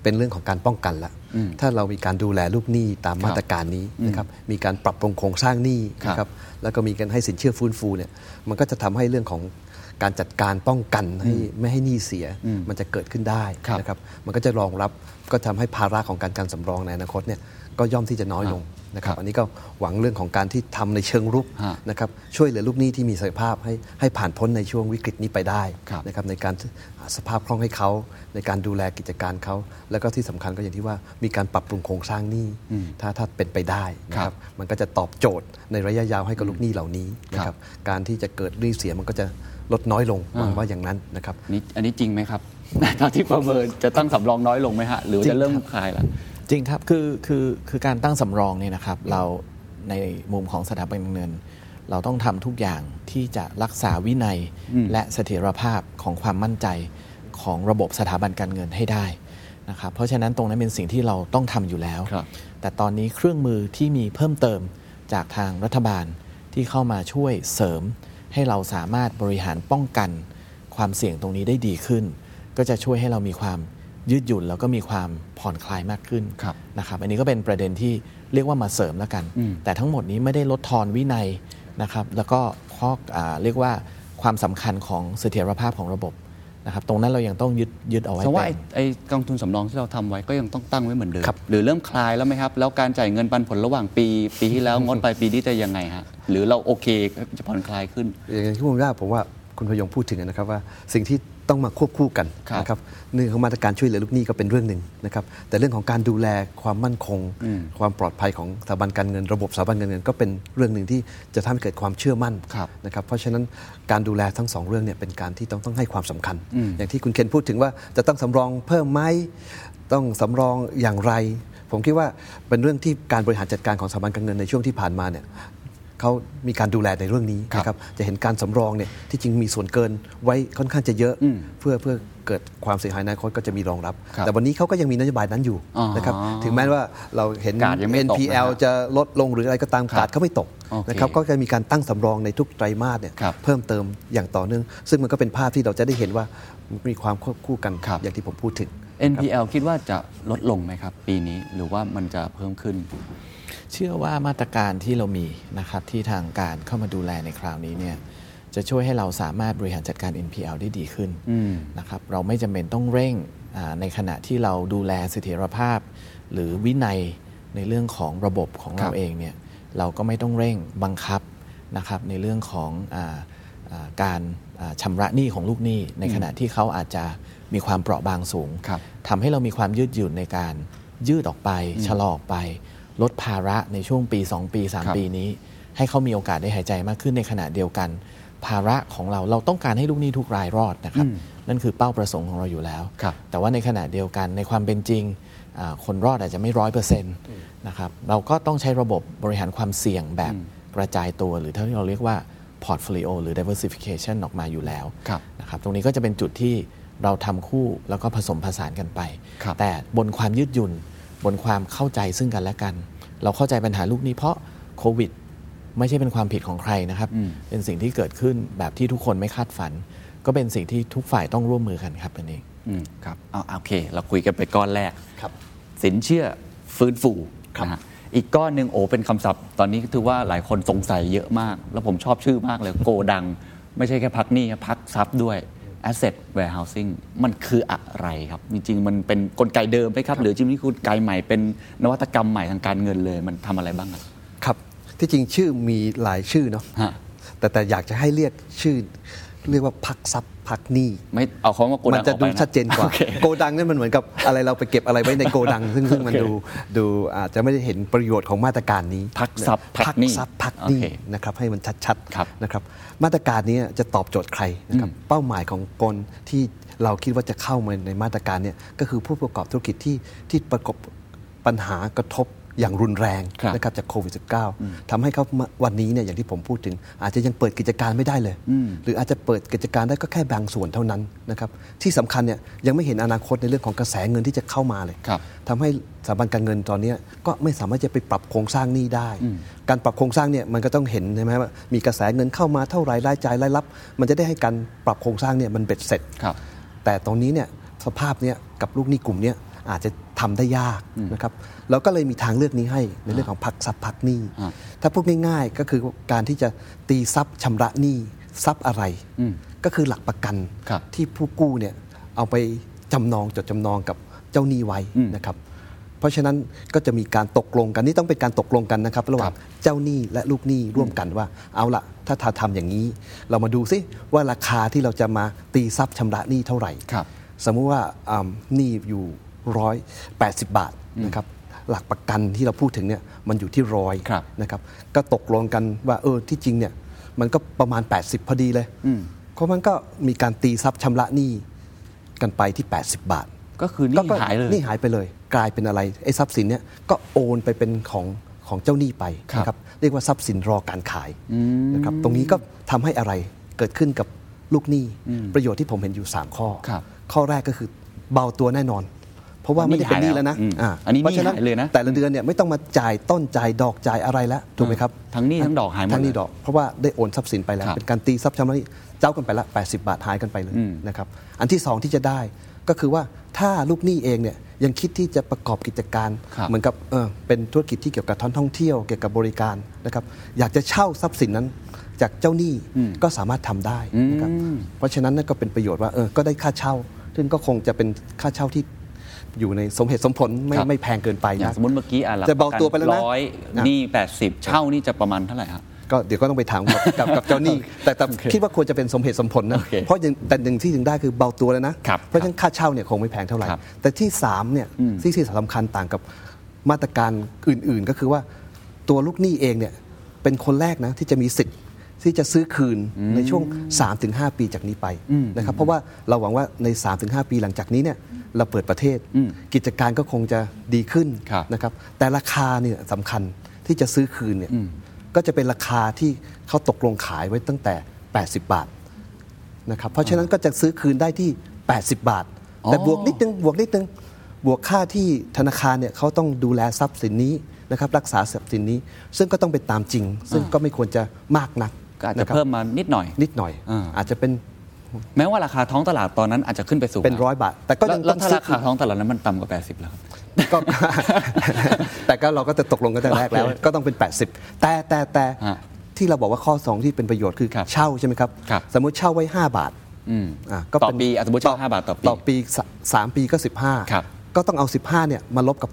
[SPEAKER 3] เป็นเรื่องของการป้องกันละถ้าเรามีการดูแลลูกหนี้ตามมาตรการนี้นะครับมีการปรับปรุงโครงสร้างหนี้นะครับแล้วก็มีการให้สินเชื่อฟื้นฟูเนี่ยมันก็จะทำให้เรื่องของการจัดการป้องกันให้ไม่ให้หนี้เสียมันจะเกิดขึ้นได้นะครับมันก็จะรองรับก็ทำให้ภาระของการสำรองในอนาคตเนี่ยก็ย่อมที่จะน้อยลงนะครับอันนี้ก็หวังเรื่องของการที่ทำในเชิงรุกนะครับช่วยเหลือลูกหนี้ที่มีศักยภาพให้ผ่านพ้นในช่วงวิกฤตนี้ไปได้นะครับในการสภาพคล่องให้เขาในการดูแลกิจการเขาแล้วก็ที่สำคัญก็อย่างที่ว่ามีการปรับปรุงโครงสร้างหนี้ถ้าเป็นไปได้นะครับมันก็จะตอบโจทย์ในระยะยาวให้กับลูกหนี้เหล่านี้นะครับการที่จะเกิดหนี้เสียมันก็จะลดน้อยลงหวังว่าอย่างนั้นนะครับ
[SPEAKER 2] อันนี้จริงไหมครับตอนที่ประเมินจะตั้งสำรองน้อยลงไหมฮะหรือจะเริ่มคลายแล้ว
[SPEAKER 4] จริงครับคือการตั้งสำรองเนี่ยนะครับเราในมุมของสถาบันการเงินเราต้องทำทุกอย่างที่จะรักษาวินัยและเสถียรภาพของความมั่นใจของระบบสถาบันการเงินให้ได้นะครับเพราะฉะนั้นตรงนั้นเป็นสิ่งที่เราต้องทำอยู่แล้วแต่ตอนนี้เครื่องมือที่มีเพิ่มเติมจากทางรัฐบาลที่เข้ามาช่วยเสริมให้เราสามารถบริหารป้องกันความเสี่ยงตรงนี้ได้ดีขึ้นก็จะช่วยให้เรามีความยืดหยุ่นแล้วก็มีความผ่อนคลายมากขึ้นนะครับอันนี้ก็เป็นประเด็นที่เรียกว่ามาเสริมแล้วกันแต่ทั้งหมดนี้ไม่ได้ลดทอนวินัยนะครับแล้วก็ข้อเรียกว่าความสำคัญของเสถียรภาพของระบบนะครับตรงนั้นเรายังต้องยึดเอาไว้
[SPEAKER 2] แต่ว่าไอ้กองทุนสำรองที่เราทำไว้ก็ยังต้องตั้งไว้เหมือนเดิมหรือเริ่มคลายแล้วไหมครับแล้วการจ่ายเงินปันผลระหว่างปีที่แล้วงดไปปีนี้จะยังไงฮะหรือเราโอเคจะผ่อนคลายขึ้น
[SPEAKER 3] อย่างที่ผมว่าคุณพยงพูดถึงนะครับว่าสิ่งที่ต้องมาควบคู่กันนะครับเรื่องของมาตรการช่วยเหลือลูกหนี้ก็เป็นเรื่องหนึ่งนะครับแต่เรื่องของการดูแลความมั่นคงความปลอดภัยของสถาบันการเงินระบบสถาบันการเงินก็เป็นเรื่องหนึ่งที่จะทำให้เกิดความเชื่อมั่นนะครับเพราะฉะนั้นการดูแลทั้งสองเรื่องเนี่ยเป็นการที่ต้องให้ความสำคัญอย่างที่คุณเคนพูดถึงว่าจะต้องสำรองเพิ่มไหมต้องสำรองอย่างไรผมคิดว่าเป็นเรื่องที่การบริหารจัดการของสถาบันการเงินในช่วงที่ผ่านมาเนี่ยเขามีการดูแลในเรื่องนี้นะครับจะเห็นการสำรองเนี่ยที่จริงมีส่วนเกินไว้ค่อนข้างจะเยอะเพื่อเกิดความเสียหายในอนาคตก็จะมีรองรับแต่วันนี้เขาก็ยังมีนโยบายนั้นอยู่นะครับถึงแม้ว่าเราเห็น NPL จะลดลงหรืออะไรก็ตามการเขาไม่ตกนะครับก็จะมีการตั้งสำรองในทุกไตรมาสเนี่ยเพิ่มเติมอย่างต่อเนื่องซึ่งมันก็เป็นภาพที่เราจะได้เห็นว่ามีความควบคู่กันอย่างที่ผมพูดถึง
[SPEAKER 2] NPL คิดว่าจะลดลงไหมครับปีนี้หรือว่ามันจะเพิ่มขึ้น
[SPEAKER 4] เชื่อว่ามาตรการที่เรามีนะครับที่ทางการเข้ามาดูแลในคราวนี้เนี่ยจะช่วยให้เราสามารถบริหารจัดการ NPL ได้ดีขึ้นนะครับเราไม่จำเป็นต้องเร่งในขณะที่เราดูแลเสถียรภาพหรือวินัยในเรื่องของระบบของเราเองเนี่ยเราก็ไม่ต้องเร่งบังคับนะครับในเรื่องของการชำระหนี้ของลูกหนี้ในขณะที่เขาอาจจะมีความเปราะบางสูงทำให้เรามีความยืดหยุ่นในการยืดออกไปชะลอออกไปลดภาระในช่วงปี2ปี3ปีนี้ให้เขามีโอกาสได้หายใจมากขึ้นในขณะเดียวกันภาระของเราต้องการให้ลูกหนี้ทุกรายรอดนะครับนั่นคือเป้าประสงค์ของเราอยู่แล้วแต่ว่าในขณะเดียวกันในความเป็นจริงคนรอดอาจจะไม่ 100% นะครับเราก็ต้องใช้ระบบบริหารความเสี่ยงแบบกระจายตัวหรือที่เราเรียกว่า portfolio หรือ diversification ออกมาอยู่แล้วนะครับตรงนี้ก็จะเป็นจุดที่เราทำคู่แล้วก็ผสมผสานกันไปแต่บนความยืดหยุ่นบนความเข้าใจซึ่งกันและกันเราเข้าใจปัญหาลูกหนี้เพราะโควิดไม่ใช่เป็นความผิดของใครนะครับเป็นสิ่งที่เกิดขึ้นแบบที่ทุกคนไม่คาดฝันก็เป็นสิ่งที่ทุกฝ่ายต้องร่วมมือกันครับอันนี้
[SPEAKER 2] ครับโอเคเราคุยกันไปก้อนแรกสินเชื่อฟื้นฟูนะฮะอีกก้อนหนึ่งเป็นคำศัพท์ตอนนี้ถือว่าหลายคนสงสัยเยอะมากแล้วผมชอบชื่อมากเลยโกดังไม่ใช่แค่พักหนี้พักทรัพย์ด้วยAsset Warehousing มันคืออะไรครับจริงๆมันเป็นกลไกเดิมไหมครับหรือจริงๆนี่คือกลไกใหม่เป็นนวัตกรรมใหม่ทางการเงินเลยมันทำอะไรบ้าง
[SPEAKER 3] ครับที่จริงชื่อมีหลายชื่อเนาะแต่อยากจะให้เรียกชื่อเรียกว่าพักทรัพย์พักหนี้
[SPEAKER 2] ไม่เอาคำว่าโกดัง
[SPEAKER 3] มันจะดูชัดเจนกว่าโกดังนี่มันเหมือนกับอะไรเราไปเก็บอะไรไว้ในโกดังซึ่งมันดูอาจจะไม่ได้เห็นประโยชน์ของมาตรการนี้
[SPEAKER 2] พักทรัพย์พักหนี้
[SPEAKER 3] นะครับให้มันชัดๆนะครับมาตรการนี้จะตอบโจทย์ใครนะครับเป้าหมายของกลที่เราคิดว่าจะเข้ามาในมาตรการนี้ก็คือผู้ประกอบธุรกิจที่ประสบปัญหากระทบอย่างรุนแรงนะครับจากโควิด -19 ทำให้เขาวันนี้เนี่ยอย่างที่ผมพูดถึงอาจจะยังเปิดกิจการไม่ได้เลยหรืออาจจะเปิดกิจการได้ก็แค่บางส่วนเท่านั้นนะครับที่สำคัญเนี่ยยังไม่เห็นอนาคตในเรื่องของกระแสเงินที่จะเข้ามาเลยทำให้สถาบันการเงินตอนนี้ก็ไม่สามารถจะไปปรับโครงสร้างหนี้ได้การปรับโครงสร้างเนี่ยมันก็ต้องเห็นใช่ไหมว่ามีกระแสเงินเข้ามาเท่าไหร่รายจ่ายรายรับมันจะได้ให้การปรับโครงสร้างเนี่ยมันเบ็ดเสร็จแต่ตรงนี้เนี่ยสภาพเนี่ยกับลูกหนี้กลุ่มนี้อาจจะทำได้ยากนะครับเราก็เลยมีทางเลือกนี้ให้ในเรื่องของพักทรัพย์พักหนี้ถ้าพูดง่ายๆก็คือการที่จะตีทรัพย์ชำระหนี้ทรัพย์อะไรก็คือหลักประกันที่ผู้กู้เนี่ยเอาไปจำนองจดจำนองกับเจ้าหนี้ไว้นะครับเพราะฉะนั้นก็จะมีการตกลงกันนี่ต้องเป็นการตกลงกันนะครับระหว่างเจ้าหนี้และลูกหนี้ร่วมกันว่าเอาละถ้าทำอย่างนี้เรามาดูซิว่าราคาที่เราจะมาตีทรัพย์ชำระหนี้เท่าไหร่สมมุติว่าหนี้อยู่180 บาทนะครับหลักประกันที่เราพูดถึงเนี่ยมันอยู่ที่100นะครับก็ตกลงกันว่าที่จริงเนี่ยมันก็ประมาณ80พอดีเลยเพราะมันก็มีการตีทรัพย์ชำระหนี้กันไปที่80 บาท
[SPEAKER 2] ก็คือนี่หายเลย
[SPEAKER 3] นี่หายไปเลยกลายเป็นอะไรไอ้ทรัพย์สินเนี่ยก็โอนไปเป็นของเจ้าหนี้ไปนะครับเรียกว่าทรัพย์สินรอการขายนะครับตรงนี้ก็ทำให้อะไรเกิดขึ้นกับลูกหนี้ประโยชน์ที่ผมเห็นอยู่3ข้อข้อแรกก็คือเบาตัวแน่นอนเพราะว่าไม่ได้เป็นหนี้แล้วนะเพราะฉะนั้นแต่ละเดือนเนี่ยไม่ต้องมาจ่ายต้นจ่ายดอกจ่ายอะไรแล้วถูกไหมครับ
[SPEAKER 2] ทั้งหนี้ทั้งดอกหายหมด
[SPEAKER 3] ทั้งหนี้ดอกเพราะว่าได้โอนทรัพย์สินไปแล้วเป็นการตีทรัพย์ชำระหนี้เจ้ากันไปละ80 บาทหายกันไปเลยนะครับอันที่2ที่จะได้ก็คือว่าถ้าลูกหนี้เองเนี่ยยังคิดที่จะประกอบกิจการเหมือนกับเป็นธุรกิจที่เกี่ยวกับท่องเที่ยวเกี่ยวกับบริการนะครับอยากจะเช่าทรัพย์สินนั้นจากเจ้าหนี้ก็สามารถทำได้นะครับเพราะฉะนั้นนั่นก็เป็นประโยชน์ว่าก็ได้ค่าเช่าซึ่งก็คงจะเป็นค่าเช่าที่อยู่ในสมเหตุสมผลไม่แพงเกินไปนะ
[SPEAKER 2] สมมติเมื่อกี้
[SPEAKER 3] จะเบาตัวไปแล้วนะ
[SPEAKER 2] 100หนี้80เช่านี่จะประมาณเท่าไหร่ครับ
[SPEAKER 3] ก็เดี๋ยวก็ต้องไปถามกับเจ้าหนี้แต่คิดว่าควรจะเป็นสมเหตุสมผลนะเพราะแต่หนึ่งที่ถึงได้คือเบาตัวแล้วนะเพราะฉะนั้นค่าเช่าเนี่ยคงไม่แพงเท่าไหร่แต่ที่3เนี่ยที่สำคัญต่างกับมาตรการอื่นๆก็คือว่าตัวลูกหนี้เองเนี่ยเป็นคนแรกนะที่จะมีสิทธิ์ที่จะซื้อคืนในช่วง 3-5 ปีจากนี้ไปนะครับเพราะว่าเราหวังว่าใน 3-5 ปีหลังจากนี้เนี่ยเราเปิดประเทศกิจการก็คงจะดีขึ้นนะครับแต่ราคาเนี่ยสำคัญที่จะซื้อคืนเนี่ยก็จะเป็นราคาที่เขาตกลงขายไว้ตั้งแต่80 บาทนะครับเพราะฉะนั้นก็จะซื้อคืนได้ที่80 บาทแต่บวกนิดนึงบวกค่าที่ธนาคารเนี่ยเขาต้องดูแลทรัพย์สินนี้นะครับรักษาทรัพย์สินนี้ซึ่งก็ต้องเป็นตามจริงซึ่งก็ไม่ควรจะมากนัก
[SPEAKER 2] ก็อาจจะเพิ่มมานิดหน่อย
[SPEAKER 3] อาจจะเป็น
[SPEAKER 2] แม้ว่าราคาท้องตลาดตอนนั้นอาจจะขึ้นไปสูง
[SPEAKER 3] เป็น100 บาทแต่ก็ยัง
[SPEAKER 2] ต้องถ้าราคาท้องตลาดนั้นมันต่ำกว่า80แล้ว
[SPEAKER 3] ก็แต่ก็เราก็จะตกลงกันแต่แรกแล้วก็ต้องเป็น80แต่ที่เราบอกว่าข้อ2ที่เป็นประโยชน์คือเช่าใช่ไหมครับสมมุติเช่าไว้5 บาท
[SPEAKER 2] ก็ต่อปีสมมุติเช่า5 บาทต่อ
[SPEAKER 3] ปี3 ปีก็15ก็ต้องเอา15เนี่ยมาลบกับ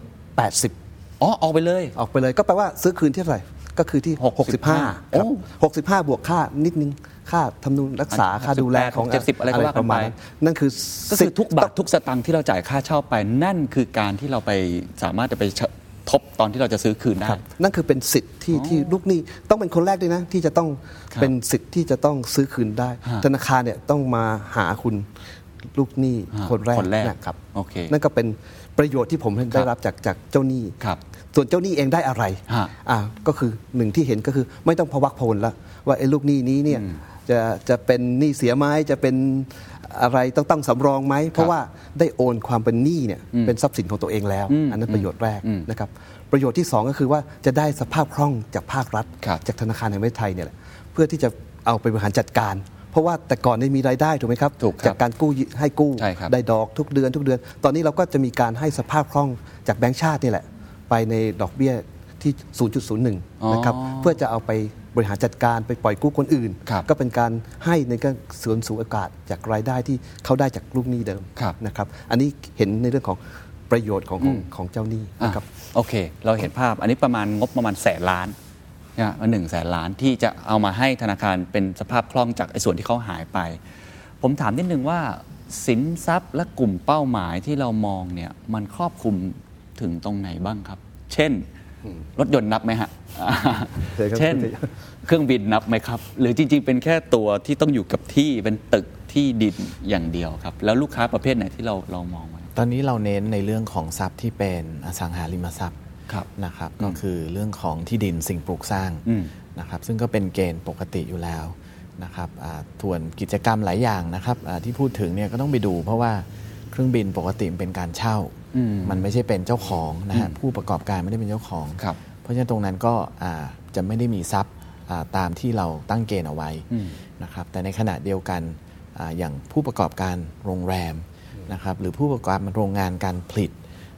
[SPEAKER 3] 80
[SPEAKER 2] ออกไปเลย
[SPEAKER 3] ก็แปลว่าซื้อคืนที่เท่าไหร่ก็คือที่65ครับ65บวกค่านิดนึงค่าทำนุรักษาค่าดูแลของ
[SPEAKER 2] 70อะไรก็ว่ากันไป
[SPEAKER 3] นั่นคือ
[SPEAKER 2] ก็คือทุกบาททุกสตางค์ที่เราจ่ายค่าเช่าไปนั่นคือการที่เราไปสามารถจะไปทบตอนที่เราจะซื้อคืนได้
[SPEAKER 3] นั่นคือเป็นสิทธิ์ที่ลูกหนี้ต้องเป็นคนแรกด้วยนะที่จะต้องเป็นสิทธิ์ที่จะต้องซื้อคืนได้ธนาคารเนี่ยต้องมาหาคุณลูกหนี้คนแรกนะครับนั่นก็เป็นประโยชน์ที่ผมได้รับจากเจ้าหนี้ส่วนเจ้าหนี้เองได้อะไรก็คือหนึ่งที่เห็นก็คือไม่ต้องพะวักพะวนแล้วว่าไอ้ลูกหนี้นี้เนี่ยจะเป็นหนี้เสียไหมจะเป็นอะไรต้องสำรองไหมเพราะว่าได้โอนความเป็นหนี้เนี่ยเป็นทรัพย์สินของตัวเองแล้วอันนั้นประโยชน์แรกนะครับประโยชน์ที่2ก็คือว่าจะได้สภาพคล่องจากภาครัฐจากธนาคารแห่งประเทศไทยเนี่ยแหละเพื่อที่จะเอาไปบริหารจัดการเพราะว่าแต่ก่อนได้มีรายได้ถูกไหมครับจากการกู้ให้กู้ได้ดอกทุกเดือนตอนนี้เราก็จะมีการให้สภาพคล่องจากแบงก์ชาตินี่แหละไปในดอกเบี้ยที่ 0.01 นะครับเพื่อจะเอาไปบริหารจัดการไปปล่อยกู้คนอื่นก็เป็นการให้ในการส่วนสูงโอกาสจากรายได้ที่เขาได้จากลูกหนี้เดิมนะครับอันนี้เห็นในเรื่องของประโยชน์ของเจ้าหนี้นะครับ
[SPEAKER 2] โอเคเราเห็นภาพอันนี้ประมาณงบประมาณ100,000 ล้านนะ100,000 ล้านที่จะเอามาให้ธนาคารเป็นสภาพคล่องจากไอ้ส่วนที่เขาหายไปผมถามนิดนึงว่าสินทรัพย์และกลุ่มเป้าหมายที่เรามองเนี่ยมันครอบคลุมถึงตรงไหนบ้างครับเช่นรถยนต์นับไหมฮะเช่นเครื่องบินนับไหมครับหรือจริงๆเป็นแค่ตัวที่ต้องอยู่กับที่เป็นตึกที่ดินอย่างเดียวครับแล้วลูกค้าประเภทไหนที่เรามองไว้
[SPEAKER 4] ตอนนี้เราเน้นในเรื่องของทรัพย์ที่เป็นอสังหาริมทรัพย์นะครับก็คือเรื่องของที่ดินสิ่งปลูกสร้างนะครับซึ่งก็เป็นเกณฑ์ปกติอยู่แล้วนะครับส่วนกิจกรรมหลายอย่างนะครับที่พูดถึงเนี่ยก็ต้องไปดูเพราะว่าเครื่องบินปกติเป็นการเช่ามันไม่ใช่เป็นเจ้าของนะฮะผู้ประกอบการไม่ได้เป็นเจ้าของเพราะฉะนั้นตรงนั้นก็จะไม่ได้มีทรัพย์ตามที่เราตั้งเกณฑ์เอาไว้นะครับแต่ในขณะเดียวกันอย่างผู้ประกอบการโรงแรมนะครับหรือผู้ประกอบการโรงงานการผลิต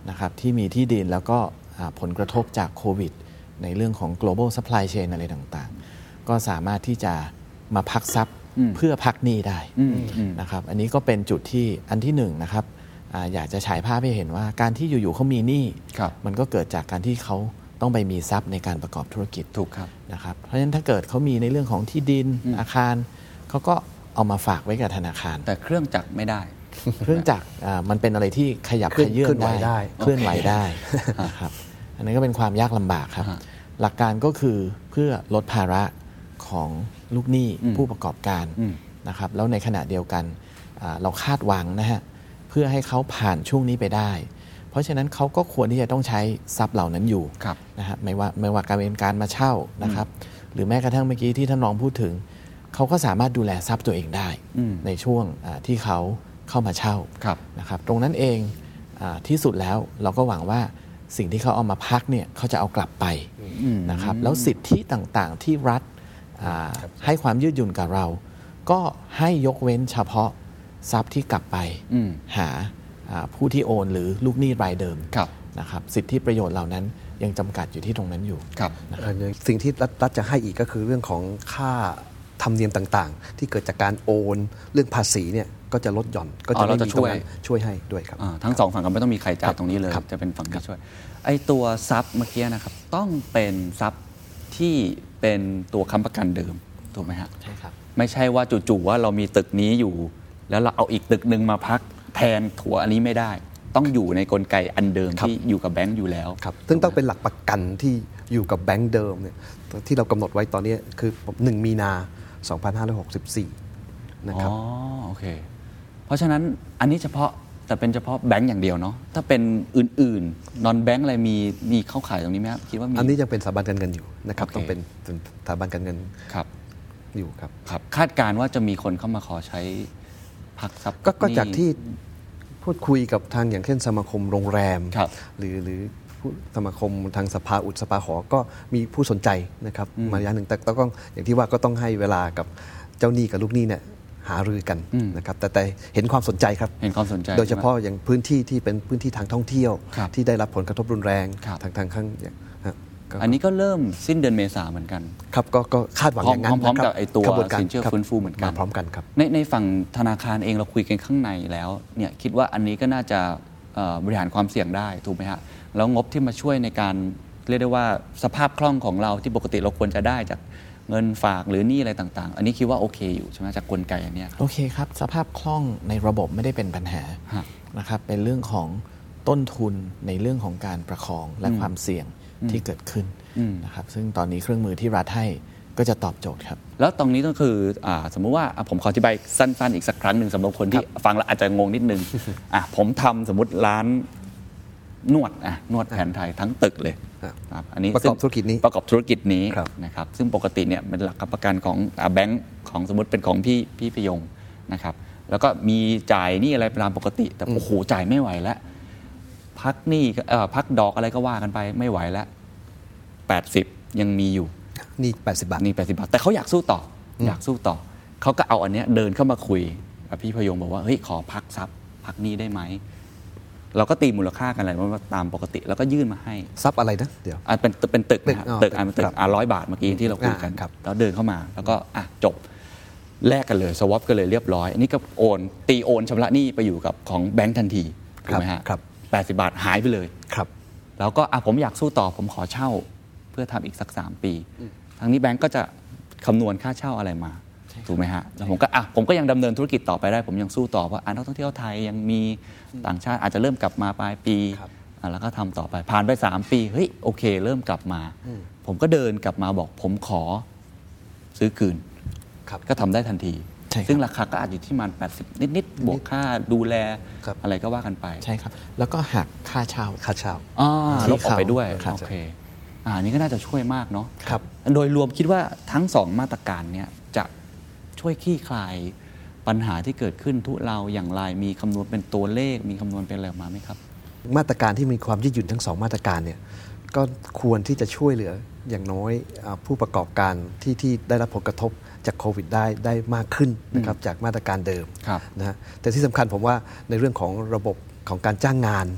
[SPEAKER 4] นะครับที่มีที่ดินแล้วก็ผลกระทบจากโควิดในเรื่องของ global supply chain อะไรต่างๆก็สามารถที่จะมาพักทรัพย์เพื่อพักหนี้ได้นะครับอันนี้ก็เป็นจุดที่อันที่หนึ่งนะครับอยากจะฉายภาพให้เห็นว่าการที่อยู่ๆเขามีหนี้มันก็เกิดจากการที่เขาต้องไปมีทรัพย์ในการประกอบธุรกิจ
[SPEAKER 2] ถูกครับ
[SPEAKER 4] นะครับเพราะฉะนั้นถ้าเกิดเขามีในเรื่องของที่ดินอาคารเขาก็เอามาฝากไว้กับธนาคาร
[SPEAKER 2] แต่เครื่องจักรไม่ได้
[SPEAKER 4] เครื่องจักรมันเป็นอะไรที่ขยับขยื่นได้เคลื่อนไหวได้นะครับอันนี้ก็เป็นความยากลำบากครับหลักการก็คือเพื่อลดภาระของลูกหนี้ผู้ประกอบการนะครับแล้วในขณะเดียวกันเราคาดหวังนะฮะเพื่อให้เขาผ่านช่วงนี้ไปได้เพราะฉะนั้นเขาก็ควรที่จะต้องใช้ทรัพย์เหล่านั้นอยู่นะฮะไม่ว่าการเป็นการมาเช่านะครับหรือแม้กระทั่งเมื่อกี้ที่ท่านรองพูดถึงเขาก็สามารถดูแลทรัพย์ตัวเองได้ในช่วงที่เขาเข้ามาเช่านะครับตรงนั้นเองที่สุดแล้วเราก็หวังว่าสิ่งที่เขาเอามาพักเนี่ยเขาจะเอากลับไปนะครับแล้วสิทธิต่างๆที่รัฐให้ความยืดหยุ่นกับเราก็ให้ยกเว้นเฉพาะทรัพย์ที่กลับไปหาผู้ที่โอนหรือลูกหนี้รายเดิมนะครับสิทธิประโยชน์เหล่านั้นยังจำกัดอยู่ที่ตรงนั้นอยู่
[SPEAKER 3] สิ่งที่รัฐจะให้อีกก็คือเรื่องของค่าธรรมเนียมต่างๆที่เกิดจากการโอนเรื่องภาษีเนี่ยก็จะลดหย่อนก็จะช่วยให้ด้วยครับ
[SPEAKER 2] ทั้งสองฝั่งก็ไม่ต้องมีใครจ่ายตรงนี้เลยจะเป็นฝั่งที่ช่วยไอ้ตัวทรัพย์เมื่อกี้นะครับต้องเป็นทรัพย์ที่เป็นตัวค้ำประกันเดิมถูกไหมฮะ
[SPEAKER 4] ใช่ครับ
[SPEAKER 2] ไม่ใช่ว่าจู่ๆว่าเรามีตึกนี้อยู่แล้วเราเอาอีกตึกนึงมาพักแทนถัวอันนี้ไม่ได้ต้องอยู่ในกลไกอันเดิมที่อยู่กับแบงก์อยู่แล้ว
[SPEAKER 3] ซึ่งต้องเป็นหลักประกันที่อยู่กับแบงก์เดิมเนี่ยที่เรากำหนดไว้ตอนนี้คือ1 มีนา 2564นะครับ
[SPEAKER 2] อ๋อโอเคเพราะฉะนั้นอันนี้แต่เป็นเฉพาะแบงก์อย่างเดียวเนาะถ้าเป็นอื่นๆนอนแบงก์อะไรมีเข้าข่ายตรงนี้ไหมครับคิดว่ามี
[SPEAKER 3] อันนี้ยังเป็นสถาบันการเงินอยู่นะครับต้องเป็นสถาบันการเงินอยู่ครับ
[SPEAKER 2] คาดการณ์ว่าจะมีคนเข้ามาขอใช้พักทรัพย์
[SPEAKER 3] ก็จากที่พูดคุยกับทางอย่างเช่นสมาคมโรงแรมหรือสมาคมทางสภาอุตสภาหอก็มีผู้สนใจนะครับมาอย่างหนึ่งแต่ต้องอย่างที่ว่าก็ต้องให้เวลากับเจ้าหนี้กับลูกหนี้เนี่ยหารือกันนะครับแต่เห็นความสนใจครับ
[SPEAKER 2] เห็นความสนใจ
[SPEAKER 3] โดยเฉพาะอย่างพื้นที่ที่เป็นพื้นที่ทางท่องเที่ยวที่ได้รับผลกระทบรุนแรงทางข้าง
[SPEAKER 2] อันนี้ก็เริ่มสิ้นเดือนเมษายนเหมือนกัน
[SPEAKER 3] ครับก็คาดหวังอย่างนั้น
[SPEAKER 2] พร้อมกับไอ้ตัวสินเชื่อฟื้นฟูเหมือนกัน
[SPEAKER 3] พร้อมกันครับ
[SPEAKER 2] ในฝั่งธนาคารเองเราคุยกันข้างในแล้วเนี่ยคิดว่าอันนี้ก็น่าจะบริหารความเสี่ยงได้ถูกไหมฮะแล้วงบที่มาช่วยในการเรียกได้ว่าสภาพคล่องของเราที่ปกติเราควรจะได้จากเงินฝากหรือหนี้อะไรต่างๆอันนี้คิดว่าโอเคอยู่ใช่ไหมจากกลไกอันนี้
[SPEAKER 4] โอเคครับสภาพคล่องในระบบไม่ได้เป็นปัญหานะครับเป็นเรื่องของต้นทุนในเรื่องของการประคองและความเสี่ยงที่เกิดขึ้นนะครับซึ่งตอนนี้เครื่องมือที่รัฐให้ก็จะตอบโจทย์ครับ
[SPEAKER 2] แล้วตรงนี้ก็คือสมมุติว่าผมขออธิบายสั้นๆอีกสักครั้งหนึ่งสำหรับคนที่ฟังแล้วอาจจะงงนิดนึงผมทำสมมติร้านนวดแผนไทยทั้งตึกเลย
[SPEAKER 3] อันนี้ประกอบธุรกิจนี้
[SPEAKER 2] นะครับซึ่งปกติเนี่ยเป็นหลักประกันของแบงก์ของสมมติเป็นของพี่พยงนะครับแล้วก็มีจ่ายหนี้อะไรตามปกติแต่โอ้โหจ่ายไม่ไหวแล้วพักหนี้พักดอกอะไรก็ว่ากันไปไม่ไหวแล้ว80ยังมีอยู่
[SPEAKER 3] นี่80 บาท
[SPEAKER 2] นี่80 บาทแต่เขาอยากสู้ต่อเขาก็เอาอันเนี้ยเดินเข้ามาคุยกับพี่พยงบอกว่าเฮ้ยขอพักทรัพย์พักหนี้ได้ไหมเราก็ตีมูลค่ากันอะไรว่าตามปกติแล้วก็ยื่นมาให้
[SPEAKER 3] ทรัพย์อะไรนะเดี๋ยว
[SPEAKER 2] เป็นตึกนะครับตึก100 บาทเมื่อกี้ที่เราคุยกันแล้วเดินเข้ามาแล้วก็จบแลกกันเลยสวอปกันเลยเรียบร้อยอันนี้ก็โอนชำระหนี้ไปอยู่กับของแบงก์ทันทีถูกไหมฮะ80 บาทหายไปเลยแล้วก็ผมอยากสู้ต่อผมขอเช่าเพื่อทำอีกสัก3 ปีทางนี้แบงก์ก็จะคำนวณค่าเช่าอะไรมาถูกไหมฮะแล้วผมก็ยังดำเนินธุรกิจต่อไปได้ผมยังสู้ต่อว่านักท่องเที่ยวไทยยังมีต่างชาติอาจจะเริ่มกลับมาปลายปีแล้วก็ทำต่อไปผ่านไป3 ปีเฮ้ยโอเคเริ่มกลับมาผมก็เดินกลับมาบอกผมขอซื้อคืนก็ทำได้ทันทีซึ่งราคาก็อาจอยู่ที่มัน80นิดๆบวกค่าดูแลอะไรก็ว่ากันไป
[SPEAKER 4] ใช่ครับแล้วก็หักค่าเช่า
[SPEAKER 2] ลบออกไปด้วยโอเคนี่ก็น่าจะช่วยมากเนาะโดยรวมคิดว่าทั้ง2มาตรการเนี่ยจะช่วยคลี่คลายปัญหาที่เกิดขึ้นทุเราอย่างไรมีคำนวณเป็นตัวเลขมีคำนวณเป็นอะไรออกมาไหมครับ
[SPEAKER 3] มาตรการที่มีความยืดหยุ่นทั้ง2มาตรการเนี่ยก็ควรที่จะช่วยเหลืออย่างน้อยผู้ประกอบการที่ได้รับผลกระทบจากโควิดได้มากขึ้นนะครับจากมาตรการเดิมนะฮะแต่ที่สำคัญผมว่าในเรื่องของระบบของการจ้างงาน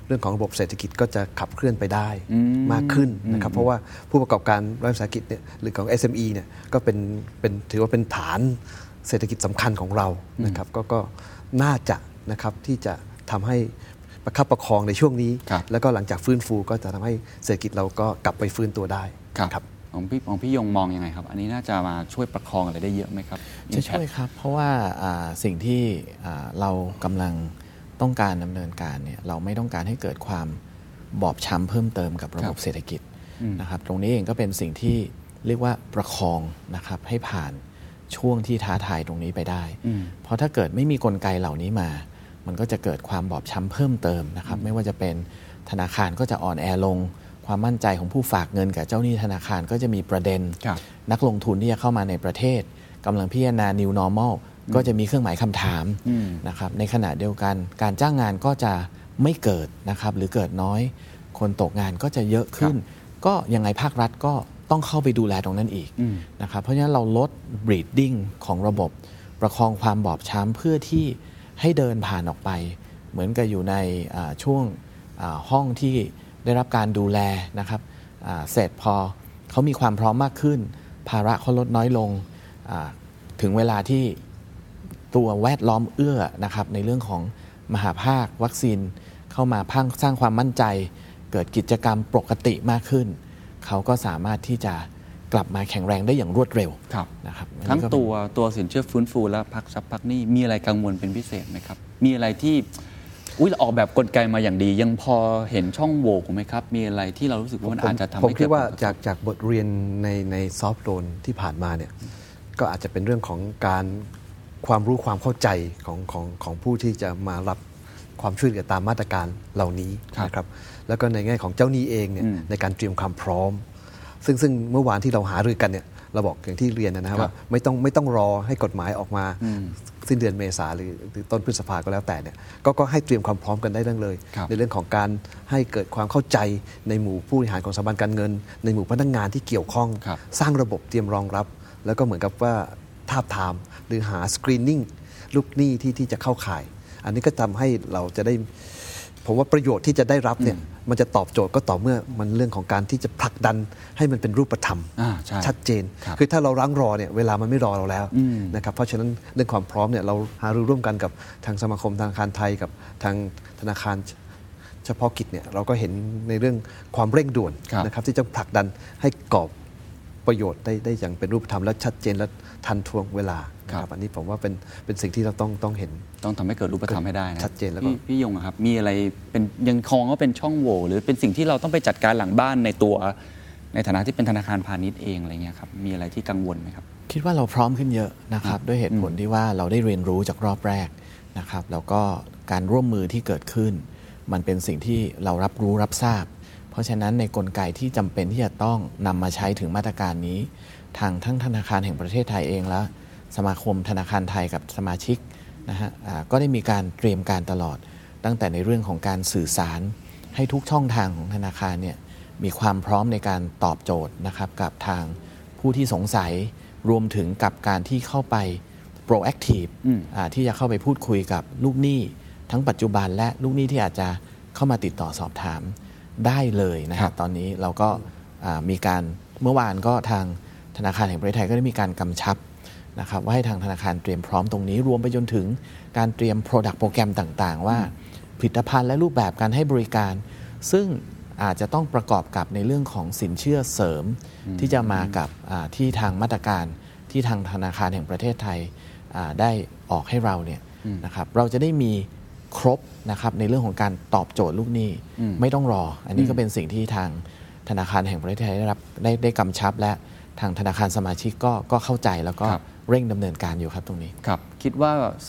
[SPEAKER 3] เรื่องของระบบเศรษฐกิจก็จะขับเคลื่อนไปได้มากขึ้นนะครับเพราะว่าผู้ประกอบการรัฐวิสาหกิจเนี่ยหรือของ SME เนี่ยก็เป็นถือว่าเป็นฐานเศรษฐกิจสำคัญของเรานะครับก็น่าจะนะครับที่จะทำให้ประคับประคองในช่วงนี้แล้วก็หลังจากฟื้นฟูก็จะทำให้เศรษฐกิจเราก็กลับไปฟื้นตัวได้ครับ
[SPEAKER 2] ของพี่ยงมองยังไงครับอันนี้น่าจะมาช่วยประคองอะไรได้เยอะไหมครับ
[SPEAKER 4] จะช่วยครับเพราะว่าสิ่งที่เรากำลังต้องการดำเนินการเนี่ยเราไม่ต้องการให้เกิดความบอบช้ำเพิ่มเติมกับระบบเศรษฐกิจนะครับตรงนี้เองก็เป็นสิ่งที่เรียกว่าประคองนะครับให้ผ่านช่วงที่ท้าทายตรงนี้ไปได้เพราะถ้าเกิดไม่มีกลไกเหล่านี้มามันก็จะเกิดความบอบช้ำเพิ่มเติมนะครับไม่ว่าจะเป็นธนาคารก็จะอ่อนแอลงความมั่นใจของผู้ฝากเงินกับเจ้าหนี้ธนาคารก็จะมีประเด็นนักลงทุนที่จะเข้ามาในประเทศกำลังพิจารณา New Normal ก็จะมีเครื่องหมายคำถามนะครับในขณะเดียวกันการจ้างงานก็จะไม่เกิดนะครับหรือเกิดน้อยคนตกงานก็จะเยอะขึ้นก็ยังไงภาครัฐก็ต้องเข้าไปดูแลตรงนั้นอีกนะครับเพราะฉะนั้นเราลด bleeding ของระบบประคองความบอบช้ำเพื่อที่ให้เดินผ่านออกไปเหมือนกับอยู่ในช่วงห้องที่ได้รับการดูแลนะครับเสร็จพอเขามีความพร้อมมากขึ้นภาระเขาลดน้อยลงถึงเวลาที่ตัวแวดล้อมเอื้อนะครับในเรื่องของมหาภาควัคซีนเข้ามาสร้างความมั่นใจเกิดกิจกรรมปกติมากขึ้นเขาก็สามารถที่จะกลับมาแข็งแรงได้อย่างรวดเร็วนะครับ
[SPEAKER 2] ทั้งตัวสินเชื่อฟื้นฟูและพักทรัพย์พักหนี้มีอะไรกังวลเป็นพิเศษไหมครับมีอะไรที่เราออกแบบกลไกมาอย่างดียังพอเห็นช่องโหว่ไหมครับมีอะไรที่เรารู้สึกว่ามันอาจจะทำให้
[SPEAKER 3] ผมคิดว่าจากบทเรียนในซอฟต์โลนที่ผ่านมาเนี่ยก็อาจจะเป็นเรื่องของการความรู้ความเข้าใจของผู้ที่จะมารับความช่วยเหลือตามมาตรการเหล่านี้นะครับแล้วก็ในแง่ของเจ้าหนี้เองเนี่ยในการเตรียมความพร้อมซึ่งเมื่อวานที่เราหารือกันเนี่ยเราบอกอย่างที่เรียนนะครับว่าไม่ต้องรอให้กฎหมายออกมาสิ้นเดือนเมษาหรือต้นพฤษภาก็แล้วแต่เนี่ยก็ให้เตรียมความพร้อมกันได้เรื่องเลยในเรื่องของการให้เกิดความเข้าใจในหมู่ผู้บริหารของสถาบันการเงินในหมู่พนักงานที่เกี่ยวข้องสร้างระบบเตรียมรองรับแล้วก็เหมือนกับว่าทาบทามหรือหาสกรีนนิ่งลูกหนี้ที่จะเข้าข่ายอันนี้ก็ทำให้เราจะได้ผมว่าประโยชน์ที่จะได้รับเนี่ยมันจะตอบโจทย์ก็ต่อเมื่อมันเรื่องของการที่จะผลักดันให้มันเป็นรูปธรรมชัดเจนคือถ้าเรารั้งรอเนี่ยเวลามันไม่รอเราแล้วนะครับเพราะฉะนั้นเรื่องความพร้อมเนี่ยเราหารือร่วมกันกับทางสมาคมธนาคารไทยกับทางธนาคารเฉพาะกิจเนี่ยเราก็เห็นในเรื่องความเร่งด่วนนะครับที่จะผลักดันให้กอบประโยชน์ได้อย่างเป็นรูปธรรมและชัดเจนและทันท่วงเวลาครับอันนี้ผมว่าเป็นสิ่งที่เราต้องเห็น
[SPEAKER 2] ต้องทำให้เกิดรูปธรรมให้ได้นะ
[SPEAKER 3] ชัดเจนแล้วก็
[SPEAKER 2] พี่ยงครับมีอะไรเป็นยังคงว่าเป็นช่องโหว่หรือเป็นสิ่งที่เราต้องไปจัดการหลังบ้านในฐานะที่เป็นธนาคารพาณิชย์เองอะไรเงี้ยครับมีอะไรที่กังวลไหมครับ
[SPEAKER 4] คิดว่าเราพร้อมขึ้นเยอะนะครับด้วยเหตุผลที่ว่าเราได้เรียนรู้จากรอบแรกนะครับแล้วก็การร่วมมือที่เกิดขึ้นมันเป็นสิ่งที่เรารับรู้รับทราบเพราะฉะนั้นในกลไกที่จำเป็นที่จะต้องนำมาใช้ถึงมาตรการนี้ทางทั้งธนาคารแห่งประเทศไทยเองและสมาคมธนาคารไทยกับสมาชิกนะฮะก็ได้มีการเตรียมการตลอดตั้งแต่ในเรื่องของการสื่อสารให้ทุกช่องทางของธนาคารเนี่ยมีความพร้อมในการตอบโจทย์นะครับกับทางผู้ที่สงสัยรวมถึงกับการที่เข้าไป proactive ที่จะเข้าไปพูดคุยกับลูกหนี้ทั้งปัจจุบันและลูกหนี้ที่อาจจะเข้ามาติดต่อสอบถามได้เลยนะครับตอนนี้เราก็มีการเมื่อวานก็ทางธนาคารแห่งประเทศไทยก็ได้มีการกำชับนะครับว่าให้ทางธนาคารเตรียมพร้อมตรงนี้รวมไปจนถึงการเตรียม Product โปรแกรมต่างๆว่าผลิตภัณฑ์และรูปแบบการให้บริการซึ่งอาจจะต้องประกอบกับในเรื่องของสินเชื่อเสริมที่จะมากับที่ทางมาตรการที่ทางธนาคารแห่งประเทศไทยได้ออกให้เราเนี่ยนะครับเราจะได้มีครบนะครับในเรื่องของการตอบโจทย์ลูกหนี้ไม่ต้องรออันนี้ก็เป็นสิ่งที่ทางธนาคารแห่งประเทศไทยได้กำชับและทางธนาคารสมาชิกก็เข้าใจแล้วก็เร่งดำเนินการอยู่ครับตรงนี้
[SPEAKER 2] ครับคิดว่า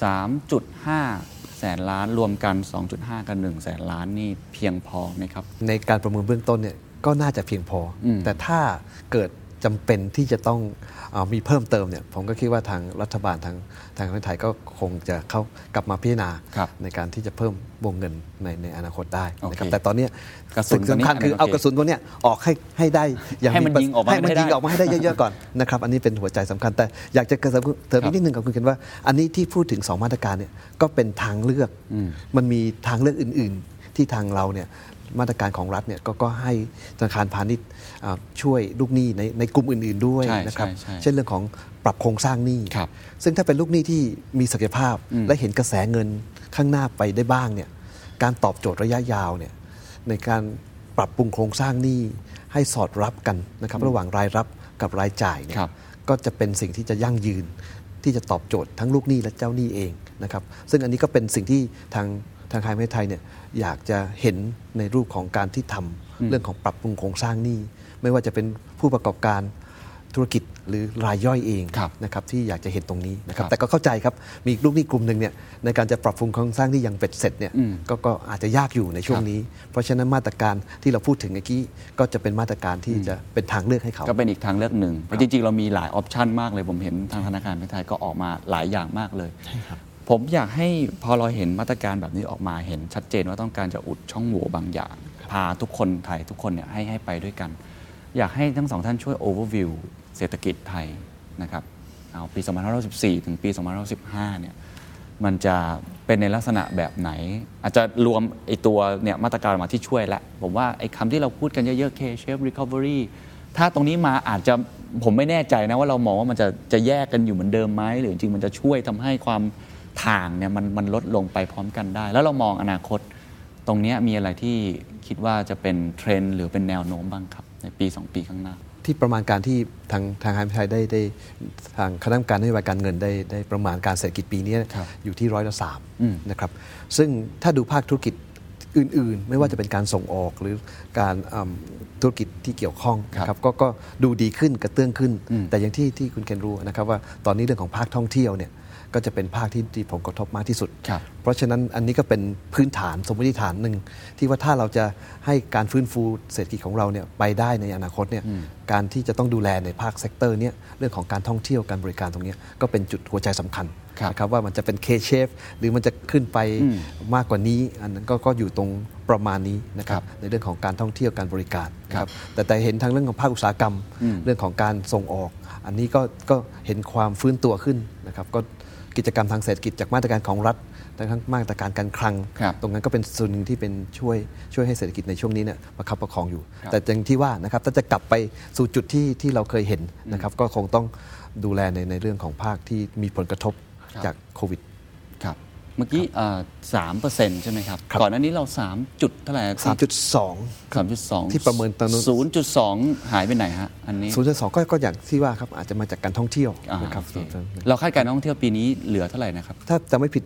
[SPEAKER 2] 3.5 แสนล้านรวมกัน 2.5 กับ 1 แสนล้านนี่เพียงพอไหมครับ
[SPEAKER 3] ในการประเมินเบื้องต้นเนี่ยก็น่าจะเพียงพอแต่ถ้าเกิดจำเป็นที่จะต้องมีเพิ่มเติมเนี่ยผมก็คิดว่าทางรัฐบาลทางประเทศไทยก็คงจะเข้ากลับมาพิจารณาในการที่จะเพิ่มวงเงินในอนาคตได้นะครับแต่ตอนนี้สิ่งสำคัญคือเอากระสุนตัวเนี้ยออกให้ได้อย่าง
[SPEAKER 2] ให้มันยิงออกมา
[SPEAKER 3] ให้ได้เยอะๆก่อนนะครับอันนี้เป็นหัวใจสำคัญแต่อยากจะเติมนิดนึงกับคุณเคนว่าอันนี้ที่พูดถึง2มาตรการเนี่ยก็เป็นทางเลือกมันมีทางเลือกอื่นๆที่ทางเราเนี่ยมาตรการของรัฐเนี่ยก็ให้ธนาคารพาณิชย์ช่วยลูกหนี้ในกลุ่มอื่นๆด้วยนะครับเช่นเรื่องของปรับโครงสร้างหนี้ซึ่งถ้าเป็นลูกหนี้ที่มีศักยภาพและเห็นกระแสเงินข้างหน้าไปได้บ้างเนี่ยการตอบโจทย์ระยะยาวเนี่ยในการปรับปรุงโครงสร้างหนี้ให้สอดรับกันนะครับระหว่างรายรับกับรายจ่ายเนี่ยก็จะเป็นสิ่งที่จะยั่งยืนที่จะตอบโจทย์ทั้งลูกหนี้และเจ้าหนี้เองนะครับซึ่งอันนี้ก็เป็นสิ่งที่ทางธนาคารแห่งประเทศไทยเนี่ยอยากจะเห็นในรูปของการที่ทำเรื่องของปรับปรุงโครงสร้างหนี้ไม่ว่าจะเป็นผู้ประกอบการธุรกิจหรือรายย่อยเองนะครับที่อยากจะเห็นตรงนี้นะครับแต่ก็เข้าใจครับมีลูกหนี้กลุ่มหนึ่งเนี่ยในการจะปรับปรุงโครงสร้างที่ยังเป็ดเสร็จเนี่ยก็อาจจะยากอยู่ในช่วงนี้เพราะฉะนั้นมาตรการที่เราพูดถึงเมื่อกี้ก็จะเป็นมาตรการที่จะเป็นทางเลือกให้เขา
[SPEAKER 2] ก็เป็นอีกทางเลือกหนึ่งเพราะจริงๆเรามีหลายออปชันมากเลยผมเห็นทางธนาคารแห่งประเทศไทยก็ออกมาหลายอย่างมากเลยผมอยากให้พอเราเห็นมาตรการแบบนี้ออกมาเห็นชัดเจนว่าต้องการจะอุดช่องโหว่บางอย่างพาทุกคนไทยทุกคนเนี่ยให้ไปด้วยกันอยากให้ทั้งสองท่านช่วย overview เศรษฐกิจไทยนะครับเอาปี 2514 ถึงปี 2515 เนี่ยมันจะเป็นในลักษณะแบบไหนอาจจะรวมไอ้ตัวเนี่ยมาตรการมาที่ช่วยละผมว่าไอ้คำที่เราพูดกันเยอะๆ K-shape recovery ถ้าตรงนี้มาอาจจะผมไม่แน่ใจนะว่าเรามองว่ามันจะแยกกันอยู่เหมือนเดิมไหมหรือจริงๆมันจะช่วยทำให้ความถ่างเนี่ยมันลดลงไปพร้อมกันได้แล้วเรามองอนาคตตรงนี้มีอะไรที่คิดว่าจะเป็นเทรนด์หรือเป็นแนวโน้มบ้างครับในปี 2 ปีข้างหน้า
[SPEAKER 3] ที่ประมาณการที่ทางธนาคารแห่งประเทศไทยได้ทางคณะกรรมการนโยบายการเงินได้ประมาณการเศรษฐกิจปีนี้อยู่ที่3%นะครับซึ่งถ้าดูภาคธุรกิจอื่นๆไม่ว่าจะเป็นการส่งออกหรือการธุรกิจที่เกี่ยวข้องนะครับก็ดูดีขึ้นกระเตื้องขึ้นแต่อย่างที่คุณเคนรู้นะครับว่าตอนนี้เรื่องของภาคท่องเที่ยวเนี่ยก็จะเป็นภาคที่ผลกระทบมากที่สุดเพราะฉะนั้นอันนี้ก็เป็นพื้นฐานสมมติฐานหนึ่งที่ว่าถ้าเราจะให้การฟื้นฟูเศรษฐกิจของเราเนี่ยไปได้ในอนาคตเนี่ยการที่จะต้องดูแลในภาคเซกเตอร์เนี่ยเรื่องของการท่องเที่ยวการบริการตรงนี้ก็เป็นจุดหัวใจสำคัญนะครับว่ามันจะเป็น K-shape หรือมันจะขึ้นไปมากกว่านี้อันนั้นก็อยู่ตรงประมาณนี้นะครับในเรื่องของการท่องเที่ยวการบริการนะครับแต่เห็นทางเรื่องของภาคอุตสาหกรรมเรื่องของการส่งออกอันนี้ก็เห็นความฟื้นตัวขึ้นนะครับก็กิจกรรมทางเศรษฐกิจจากมาตรการของรัฐทั้งมาตรการการคลังตรงนั้นก็เป็นส่วนหนึ่งที่เป็นช่วยให้เศรษฐกิจในช่วงนี้เนี่ยประคับประคองอยู่แต่อย่างที่ว่านะครับถ้าจะกลับไปสู่จุดที่เราเคยเห็นนะครับก็คงต้องดูแลในเรื่องของภาคที่มีผลกระทบจากโควิด
[SPEAKER 2] ครับเมื่อกี้3% ใช่ไหมครับก่อนหน้านี้เรา3จุดเท่าไหร่3.2 ที่
[SPEAKER 3] ประเมินตอนนู้น
[SPEAKER 2] 0.2 หายไปไหนฮะอันนี้
[SPEAKER 3] 0.2 ก็อย่างที่ว่าครับอาจจะมาจากการท่องเที่ยวนะครับ
[SPEAKER 2] เราคาดการณ์ท่องเที่ยวปีนี้เหลือเท่าไหร่นะครับ
[SPEAKER 3] ถ้าจะไม่ผิด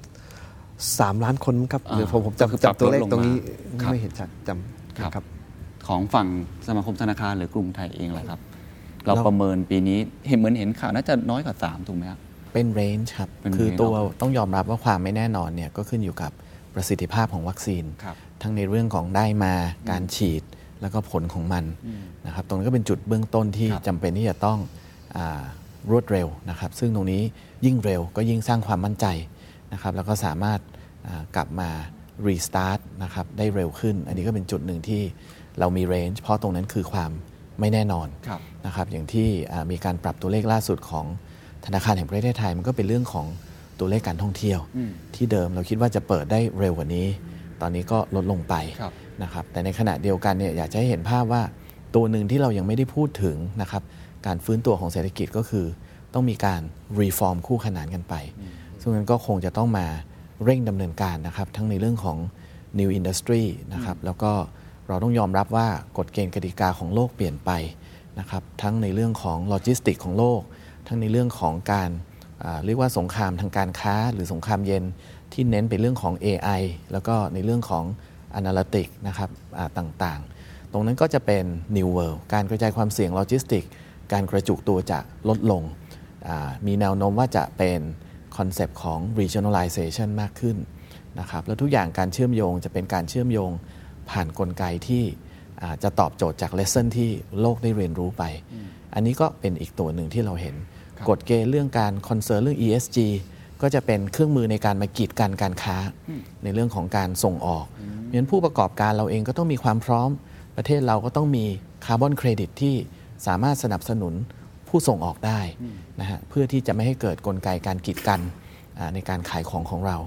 [SPEAKER 3] 3 ล้านคนครับหรือผมจำตัวเลขตรงนี้ไม่เห็นชัดจำครับ
[SPEAKER 2] ของฝั่งสมาคมธนาคารหรือกรุงไทยเองแหละครับเราประเมินปีนี้เห็นข่าวน่าจะน้อยกว่า3ถูกไหมครับ
[SPEAKER 4] เป็นเรนจ์ครับคือตัวต้องยอมรับว่าความไม่แน่นอนเนี่ยก็ขึ้นอยู่กับประสิทธิภาพของวัคซีนทั้งในเรื่องของได้มาการฉีดแล้วก็ผลของมันนะครับตรงนี้ก็เป็นจุดเบื้องต้นที่จำเป็นที่จะต้องรวดเร็วนะครับซึ่งตรงนี้ยิ่งเร็วก็ยิ่งสร้างความมั่นใจนะครับแล้วก็สามารถกลับมารีสตาร์ทนะครับได้เร็วขึ้นอันนี้ก็เป็นจุดหนึ่งที่เรามีเรนจ์เพราะตรงนั้นคือความไม่แน่นอนนะครับอย่างที่มีการปรับตัวเลขล่าสุดของธนาคารแห่งประเทศไทยมันก็เป็นเรื่องของตัวเลขการท่องเที่ยวที่เดิมเราคิดว่าจะเปิดได้เร็วกว่านี้ตอนนี้ก็ลดลงไปนะครับแต่ในขณะเดียวกันเนี่ยอยากจะให้เห็นภาพว่าตัวหนึ่งที่เรายังไม่ได้พูดถึงนะครับการฟื้นตัวของเศรษฐกิจก็คือต้องมีการรีฟอร์มคู่ขนานกันไปซึ่งนั้นก็คงจะต้องมาเร่งดำเนินการนะครับทั้งในเรื่องของ New Industry นะครับแล้วก็เราต้องยอมรับว่ากฎเกณฑ์กติกาของโลกเปลี่ยนไปนะครับทั้งในเรื่องของโลจิสติกของโลกทั้งในเรื่องของการเรียกว่าสงครามทางการค้าหรือสงครามเย็นที่เน้นไปเรื่องของ AI แล้วก็ในเรื่องของ Analytics นะครับต่างๆตรงนั้นก็จะเป็น New World การกระจายความเสี่ยงโลจิสติกการกระจุกตัวจะลดลงมีแนวโน้มว่าจะเป็นคอนเซปต์ของ regionalization มากขึ้นนะครับแล้วทุกอย่างการเชื่อมโยงจะเป็นการเชื่อมโยงผ่านกลไกที่จะตอบโจทย์จาก lesson ที่โลกได้เรียนรู้ไปอันนี้ก็เป็นอีกตัวหนึ่งที่เราเห็นกฎเกณฑ์เรื่องการคอนเซิร์นเรื่อง ESG ก็จะเป็นเครื่องมือในการมากีดกันการค้าในเรื่องของการส่งออกเพราะฉะนั้นผู้ประกอบการเราเองก็ต้องมีความพร้อมประเทศเราก็ต้องมีคาร์บอนเครดิตที่สามารถสนับสนุนผู้ส่งออกได้นะฮะเพื่อที่จะไม่ให้เกิดกลไกการกีดกันในการขายของเรา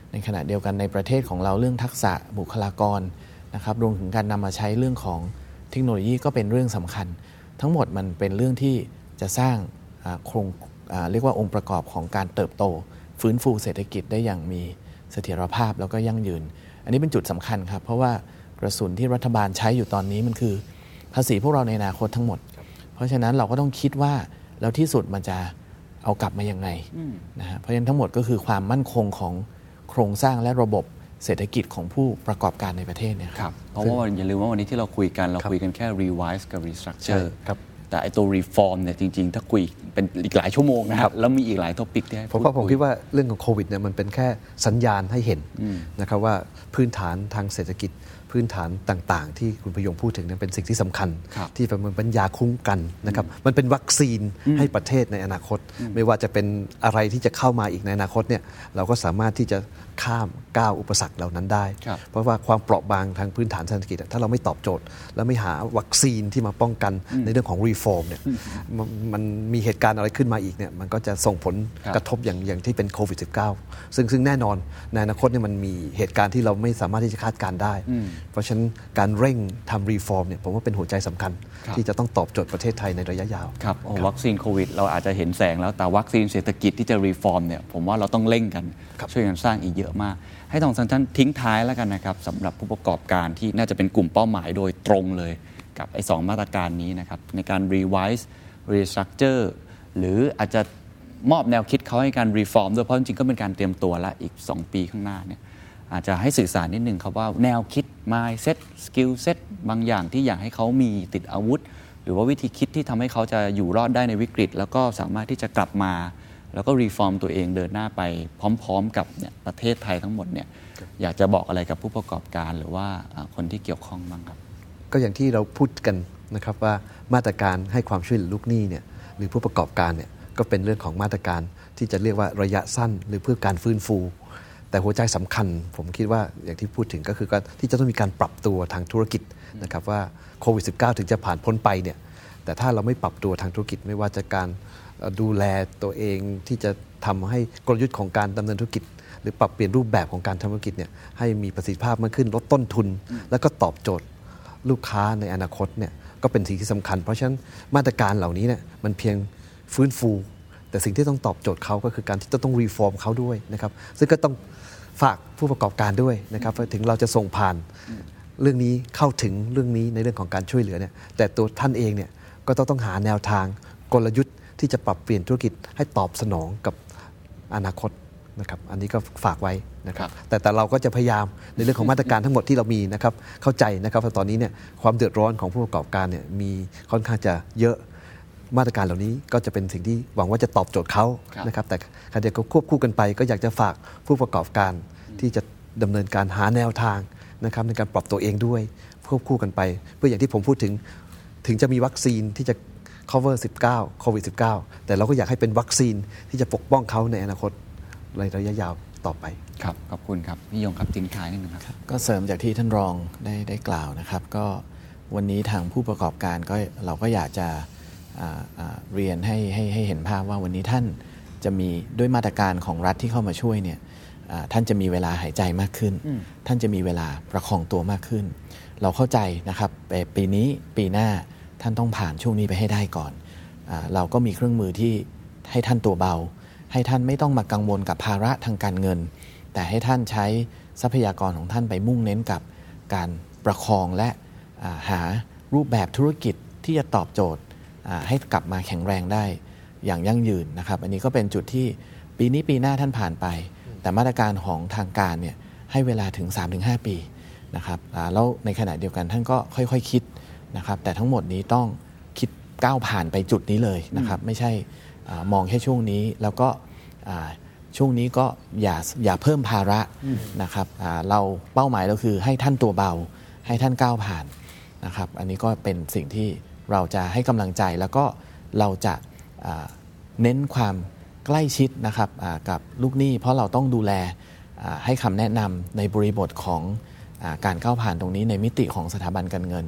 [SPEAKER 4] ในขณะเดียวกันในประเทศของเราเรื่องทักษะบุคลากรนะครับรวมถึงการนำมาใช้เรื่องของเทคโนโลยีก็เป็นเรื่องสำคัญทั้งหมดมันเป็นเรื่องที่จะสร้างเรียกว่าองค์ประกอบของการเติบโตฟื้นฟูเศรษฐกิจได้อย่างมีเสถียรภาพแล้วก็ยั่งยืนอันนี้เป็นจุดสำคัญครับเพราะว่ากระสุนที่รัฐบาลใช้อยู่ตอนนี้มันคือภาษีพวกเราในอนาคตทั้งหมดเพราะฉะนั้นเราก็ต้องคิดว่าแล้วที่สุดมันจะเอากลับมายังไงนะฮะเพราะฉะนั้นทั้งหมดก็คือความมั่นคงของโครงสร้างและระบบเศรษฐกิจของผู้ประกอบการในประเทศเนี่ยครับ
[SPEAKER 2] เพราะว่าอย่าลืมว่าวันนี้ที่เราคุยกันแค่ revise กับ restructure แต่ไอ้ตัว reform เนี่ยจริงๆถ้าคุยเป็นอีกหลายชั่วโมงนะครับแล้วมีอีกหลายท็อปิกที่ให้
[SPEAKER 3] ผมคิดว่าเรื่องของโควิดเนี่ยมันเป็นแค่สัญญาณให้เห็นนะครับว่าพื้นฐานทางเศรษฐกิจพื้นฐานต่างๆที่คุณพยงพูดถึงนั้นเป็นสิ่งที่สำคัญที่มันเป็นยาคุ้มกันนะครับมันเป็นวัคซีนให้ประเทศในอนาคตไม่ว่าจะเป็นอะไรที่จะเข้ามาอีกในอนาคตเนี่ยเราก็สามารถที่จะข้ามก้าวอุปสรรคเหล่านั้นได้เพราะว่าความเปราะบางทางพื้นฐานเศรษฐกิจถ้าเราไม่ตอบโจทย์และไม่หาวัคซีนที่มาป้องกันในเรื่องของรีฟอร์มเนี่ยมันมีเหตุการณ์อะไรขึ้นมาอีกเนี่ยมันก็จะส่งผลกระทบอย่างที่เป็นโควิด -19 ซึ่งแน่นอนในอนาคตเนี่ยมันมีเหตุการณ์ที่เราไม่สามารถที่จะคาดการได้เพราะฉะนั้นการเร่งทำรีฟอร์มเนี่ยผมว่าเป็นหัวใจสำคัญที่จะต้องตอบโจทย์ประเทศไทยในระยะยาว
[SPEAKER 2] ครับวัคซีนโควิดเราอาจจะเห็นแสงแล้วแต่วัคซีนเศรษฐกิจที่จะรีฟอร์มเนี่ยผมว่าเราต้องเร่งกันช่วยกันสร้างอีกเยอะมากให้ทางท่านทิ้งท้ายแล้วกันนะครับสำหรับผู้ประกอบการที่น่าจะเป็นกลุ่มเป้าหมายโดยตรงเลยกับไอ้2มาตรการนี้นะครับในการ revise restructure หรืออาจจะมอบแนวคิดเขาให้การ reform ด้วยเพราะจริงๆก็เป็นการเตรียมตัวละอีก2ปีข้างหน้าเนี่ยอาจจะให้สื่อสารนิดนึงครับว่าแนวคิด mindset skill set บางอย่างที่อยากให้เขามีติดอาวุธหรือว่าวิธีคิดที่ทำให้เขาจะอยู่รอดได้ในวิกฤตแล้วก็สามารถที่จะกลับมาแล้วก็รีฟอร์มตัวเองเดินหน้าไปพร้อมๆกับประเทศไทยทั้งหมดเนี่ยอยากจะบอกอะไรกับผู้ประกอบการหรือว่าคนที่เกี่ยวข้องบ้างครับ
[SPEAKER 3] ก็อย่างที่เราพูดกันนะครับว่ามาตรการให้ความช่วยเหลือลูกหนี้เนี่ยหรือผู้ประกอบการเนี่ยก็เป็นเรื่องของมาตรการที่จะเรียกว่าระยะสั้นหรือเพื่อการฟื้นฟูแต่หัวใจสำคัญผมคิดว่าอย่างที่พูดถึงก็คือการที่จะต้องมีการปรับตัวทางธุรกิจนะครับว่าโควิด -19 ถึงจะผ่านพ้นไปเนี่ยแต่ถ้าเราไม่ปรับตัวทางธุรกิจไม่ว่าจะการดูแลตัวเองที่จะทำให้กลยุทธ์ของการดำเนินธุรกิจหรือปรับเปลี่ยนรูปแบบของการทำธุรกิจเนี่ยให้มีประสิทธิภาพมากขึ้นลดต้นทุนแล้วก็ตอบโจทย์ลูกค้าในอนาคตเนี่ยก็เป็นสิ่งที่สำคัญเพราะฉะนั้นมาตรการเหล่านี้เนี่ยมันเพียงฟื้นฟูแต่สิ่งที่ต้องตอบโจทย์เขาก็คือการที่ต้องรีฟอร์มเขาด้วยนะครับซึ่งก็ต้องฝากผู้ประกอบการด้วยนะครับถึงเราจะส่งผ่านเรื่องนี้เข้าถึงเรื่องนี้ในเรื่องของการช่วยเหลือเนี่ยแต่ตัวท่านเองเนี่ยก็ต้องหาแนวทางกลยุทธ์ที่จะปรับเปลี่ยนธุรกิจให้ตอบสนองกับอนาคตนะครับอันนี้ก็ฝากไว้นะครับแต่เราก็จะพยายามในเรื่องของมาตรการทั้งหมดที่เรามีนะครับเข้าใจนะครับว่าตอนนี้เนี่ยความเดือดร้อนของผู้ประกอบการเนี่ยมีค่อนข้างจะเยอะมาตรการเหล่านี้ก็จะเป็นสิ่งที่หวังว่าจะตอบโจทย์เขานะครับแต่ขณะเดียวกันควบคู่กันไปก็อยากจะฝากผู้ประกอบการที่จะดำเนินการหาแนวทางนะครับในการปรับตัวเองด้วยควบคู่กันไปเพื่ออย่างที่ผมพูดถึงจะมีวัคซีนที่จะcover 19 โควิด -19 แต่เราก็อยากให้เป็นวัคซีนที่จะปกป้องเขาในอนาคตในระยะยาวต่อไป
[SPEAKER 2] ครับขอบคุณครับพี่ยงครับทิ้งท้ายนิดนึงครับ
[SPEAKER 4] ก็เสริมจากที่ท่านรองได้กล่าวนะครับก็วันนี้ทางผู้ประกอบการก็เราก็อยากจะเรียนให้เห็นภาพว่าวันนี้ท่านจะมีด้วยมาตรการของรัฐที่เข้ามาช่วยเนี่ยท่านจะมีเวลาหายใจมากขึ้นท่านจะมีเวลาประคองตัวมากขึ้นเราเข้าใจนะครับปีนี้ปีหน้าท่านต้องผ่านช่วงนี้ไปให้ได้ก่อนเราก็มีเครื่องมือที่ให้ท่านตัวเบาให้ท่านไม่ต้องมากังวลกับภาระทางการเงินแต่ให้ท่านใช้ทรัพยากรของท่านไปมุ่งเน้นกับการประคองและหารูปแบบธุรกิจที่จะตอบโจทย์ให้กลับมาแข็งแรงได้อย่างยั่งยืนนะครับอันนี้ก็เป็นจุดที่ปีนี้ปีหน้าท่านผ่านไปแต่มาตรการของทางการเนี่ยให้เวลาถึง 3-5 ปีนะครับแล้วในขณะเดียวกันท่านก็ค่อยๆคิดนะครับแต่ทั้งหมดนี้ต้องคิดก้าวผ่านไปจุดนี้เลยนะครับไม่ใช่มองแค่ช่วงนี้แล้วก็ช่วงนี้ก็อย่าเพิ่มภาระนะครับเราเป้าหมายเราคือให้ท่านตัวเบาให้ท่านก้าวผ่านนะครับอันนี้ก็เป็นสิ่งที่เราจะให้กำลังใจแล้วก็เราจะเน้นความใกล้ชิดนะครับกับลูกหนี้เพราะเราต้องดูแลให้คำแนะนำในบริบทของการก้าวผ่านตรงนี้ในมิติของสถาบันการเงิน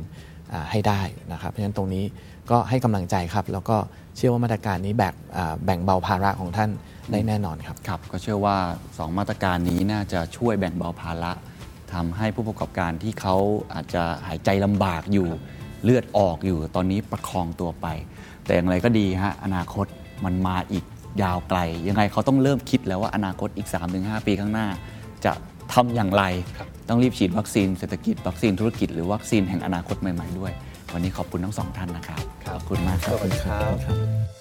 [SPEAKER 4] ให้ได้นะครับเพราะฉะนั้นตรงนี้ก็ให้กำลังใจครับแล้วก็เชื่อว่ามาตรการนี้แบ่งเบาภาระของท่านได้แน่นอนครับ
[SPEAKER 2] ครับก็เชื่อว่า2มาตรการนี้น่าจะช่วยแบ่งเบาภาระทำให้ผู้ประกอบการที่เขาอาจจะหายใจลำบากอยู่เลือดออกอยู่ตอนนี้ประคองตัวไปแต่อย่างไรก็ดีฮะอนาคตมันมาอีกยาวไกลยังไงเขาต้องเริ่มคิดแล้วว่าอนาคตอีก 3-5 ปีข้างหน้าจะทำอย่างไรต้องรีบฉีดวัคซีนเศรษฐกิจวัคซีนธุรกิจหรือวัคซีนแห่งอนาคตใหม่ๆด้วยวันนี้ขอบคุณทั้ง2ท่านนะครับขอบคุณมากครับ
[SPEAKER 3] ขอบคุณครับ